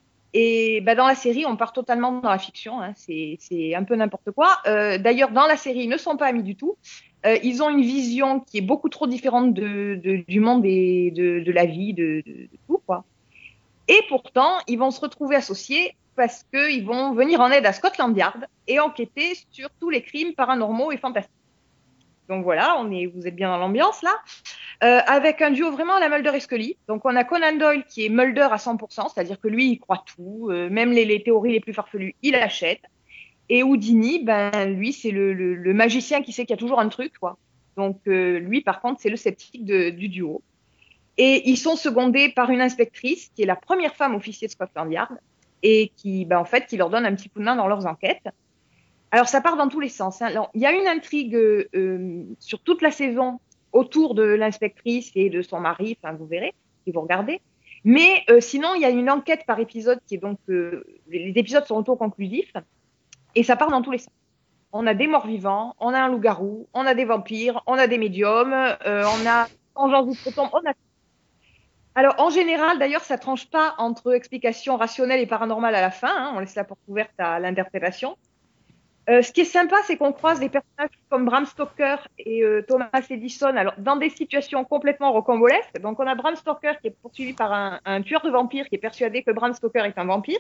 Et bah, dans la série, on part totalement dans la fiction. Hein. C'est, c'est un peu n'importe quoi. Euh, d'ailleurs, dans la série, ils ne sont pas amis du tout. Euh, ils ont une vision qui est beaucoup trop différente de, de, du monde et de, de la vie, de, de, de tout, quoi. Et pourtant, ils vont se retrouver associés parce qu'ils vont venir en aide à Scotland Yard et enquêter sur tous les crimes paranormaux et fantastiques. Donc voilà, on est, vous êtes bien dans l'ambiance là. Euh, avec un duo vraiment à la Mulder et Scully. Donc on a Conan Doyle qui est Mulder à cent pour cent, c'est-à-dire que lui, il croit tout, euh, même les, les théories les plus farfelues, il achète. Et Houdini, ben lui, c'est le, le, le magicien qui sait qu'il y a toujours un truc, quoi. Donc euh, lui, par contre, c'est le sceptique de, du duo. Et ils sont secondés par une inspectrice qui est la première femme officier de Scotland Yard et qui, ben, en fait, qui leur donne un petit coup de main dans leurs enquêtes. Alors, ça part dans tous les sens. Hein. Alors, il y a une intrigue euh, sur toute la saison autour de l'inspectrice et de son mari, enfin, vous verrez, si vous regardez. Mais euh, sinon, il y a une enquête par épisode qui est donc... Euh, les épisodes sont autoconclusifs et ça part dans tous les sens. On a des morts vivants, on a un loup-garou, on a des vampires, on a des médiums, euh, on a... on a Alors, en général, d'ailleurs, ça tranche pas entre explications rationnelles et paranormales à la fin. Hein, on laisse la porte ouverte à l'interprétation. Euh, ce qui est sympa, c'est qu'on croise des personnages comme Bram Stoker et euh, Thomas Edison, alors dans des situations complètement rocambolesques. Donc, on a Bram Stoker qui est poursuivi par un, un tueur de vampires qui est persuadé que Bram Stoker est un vampire.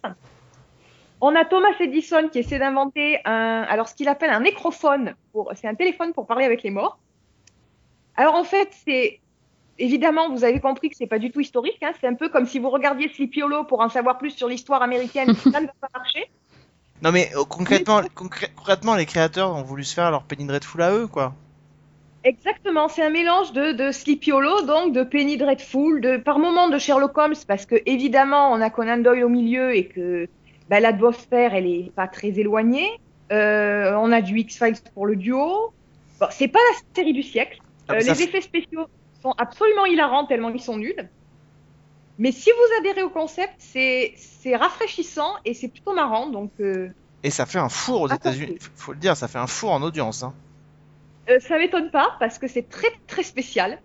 On a Thomas Edison qui essaie d'inventer un, alors ce qu'il appelle un nécrophone. Pour, c'est un téléphone pour parler avec les morts. Alors, en fait, c'est évidemment, vous avez compris que c'est pas du tout historique. Hein. C'est un peu comme si vous regardiez Sleepy Hollow pour en savoir plus sur l'histoire américaine. Ça ne va pas marcher. Non mais euh, concrètement, concré- concrètement, les créateurs ont voulu se faire leur Penny Dreadful à eux, quoi. Exactement, c'est un mélange de, de Sleepy Hollow, donc de Penny Dreadful, de par moments de Sherlock Holmes, parce que évidemment on a Conan Doyle au milieu et que bah, l'atmosphère elle est pas très éloignée. Euh, on a du X-Files pour le duo. Bon, c'est pas la série du siècle. Ah, Euh, mais ça les f- effets spéciaux sont absolument hilarants tellement ils sont nuls. Mais si vous adhérez au concept, c'est c'est rafraîchissant et c'est plutôt marrant. Donc euh, Et ça fait un four aux Attends, États-Unis. F- Faut le dire, ça fait un four en audience. Hein. euh, ça m'étonne pas parce que c'est très très spécial.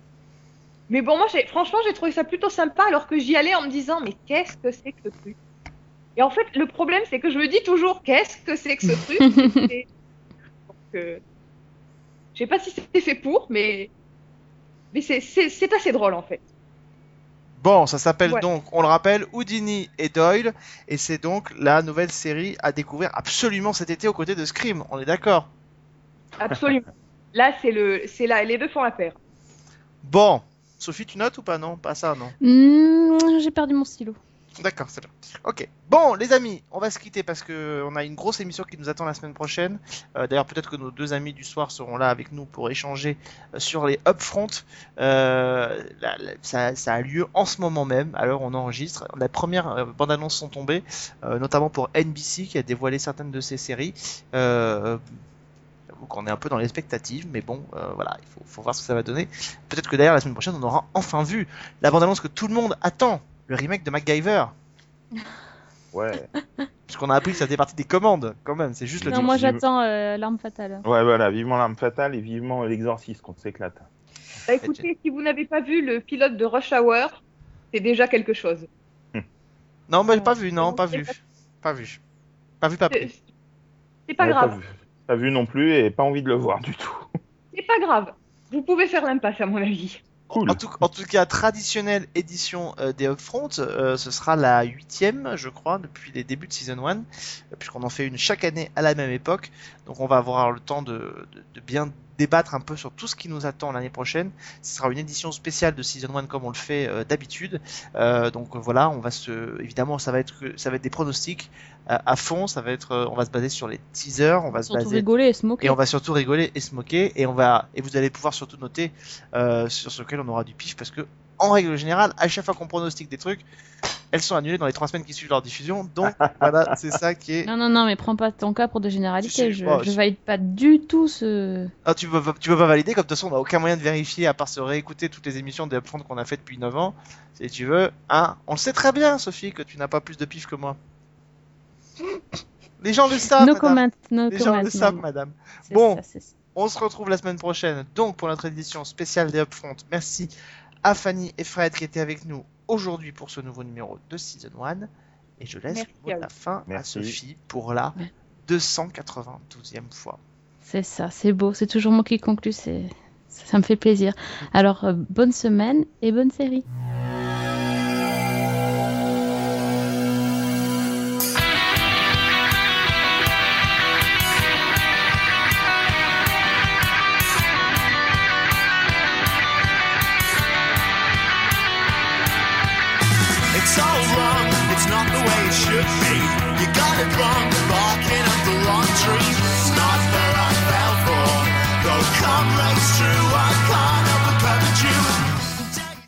Mais bon, moi, j'ai, franchement, j'ai trouvé ça plutôt sympa alors que j'y allais en me disant, mais qu'est-ce que c'est que ce truc? Et en fait, le problème, c'est que je me dis toujours, qu'est-ce que c'est que ce truc? Et donc, euh, je sais pas si c'est fait pour, mais, mais c'est, c'est, c'est assez drôle en fait. Bon, ça s'appelle Ouais. donc, on le rappelle, Houdini et Doyle, et c'est donc la nouvelle série à découvrir absolument cet été aux côtés de Scream. On est d'accord? Absolument. Là, c'est le, c'est là, les deux font la paire. Bon, Sophie, tu notes ou pas? Non, pas ça, non. Mmh, j'ai perdu mon stylo. D'accord, c'est bien. Ok. Bon, les amis, on va se quitter parce que on a une grosse émission qui nous attend la semaine prochaine. Euh, D'ailleurs, peut-être que nos deux amis du soir seront là avec nous pour échanger euh, sur les upfront. Euh, la- la- ça, ça a lieu en ce moment même, à l'heure où on enregistre. Les premières euh, bandes annonces sont tombées, euh, notamment pour N B C qui a dévoilé certaines de ses séries. Euh, J'avoue qu'on est un peu dans l'expectative, mais bon, euh, voilà, il faut, faut voir ce que ça va donner. Peut-être que d'ailleurs la semaine prochaine, on aura enfin vu la bande annonce que tout le monde attend. Le remake de MacGyver. Ouais. Puisqu'on a appris que ça faisait partie des commandes, quand même. C'est juste le Non, titre. moi j'attends euh, l'arme fatale. Ouais, voilà, vivement l'arme fatale et vivement l'exorciste qu'on s'éclate. Bah, écoutez, si vous n'avez pas vu le pilote de Rush Hour, c'est déjà quelque chose. Non, mais j'ai pas vu, Et non, vous pas savez vu. Pas vu. Pas vu, pas C'est pris. c'est pas Ouais, grave. vu. Pas vu non plus et pas envie de le voir du tout. C'est pas grave. Vous pouvez faire l'impasse, à mon avis. Cool. En tout, en tout cas, traditionnelle édition euh, des Upfront, euh, ce sera la huitième, je crois, depuis les débuts de Season un, euh, puisqu'on en fait une chaque année à la même époque. Donc on va avoir le temps de, de, de bien débattre un peu sur tout ce qui nous attend l'année prochaine. Ce sera une édition spéciale de Season un comme on le fait euh, d'habitude. Euh, donc voilà, on va se, évidemment, ça va être, ça va être des pronostics euh, à fond. Ça va être, euh, on va se baser sur les teasers, on va se Surtout baser. rigoler et se moquer. Et on va surtout rigoler et se moquer, et on va et vous allez pouvoir surtout noter euh, sur ce lequel on aura du pif, parce que en règle générale, à chaque fois qu'on pronostique des trucs, elles sont annulées dans les trois semaines qui suivent leur diffusion. Donc voilà, c'est ça qui est. Non, non, non, mais prends pas ton cas pour des généralités. Si, si, Je, bon, je si. valide pas du tout ce. Ah, tu peux pas- tu peux pas valider, comme de toute façon on n'a aucun moyen de vérifier à part se réécouter toutes les émissions des Upfront qu'on a fait depuis neuf ans. Si tu veux, hein, on le sait très bien, Sophie, que tu n'as pas plus de pif que moi. Les gens le savent, no madame. comment, no Les gens comment. le savent, non. madame. C'est Bon. ça, c'est ça. On se retrouve la semaine prochaine, donc pour notre édition spéciale des Upfront. Merci à Fanny et Fred qui étaient avec nous aujourd'hui pour ce nouveau numéro de Season un. Et je laisse Merci le mot à de la vous. fin Merci. à Sophie pour la Ouais. deux cent quatre-vingt-douzième fois. C'est ça, c'est beau. C'est toujours moi qui conclue. C'est... Ça, ça me fait plaisir. Alors, euh, bonne semaine et bonne série. It's all wrong, it's not the way it should be.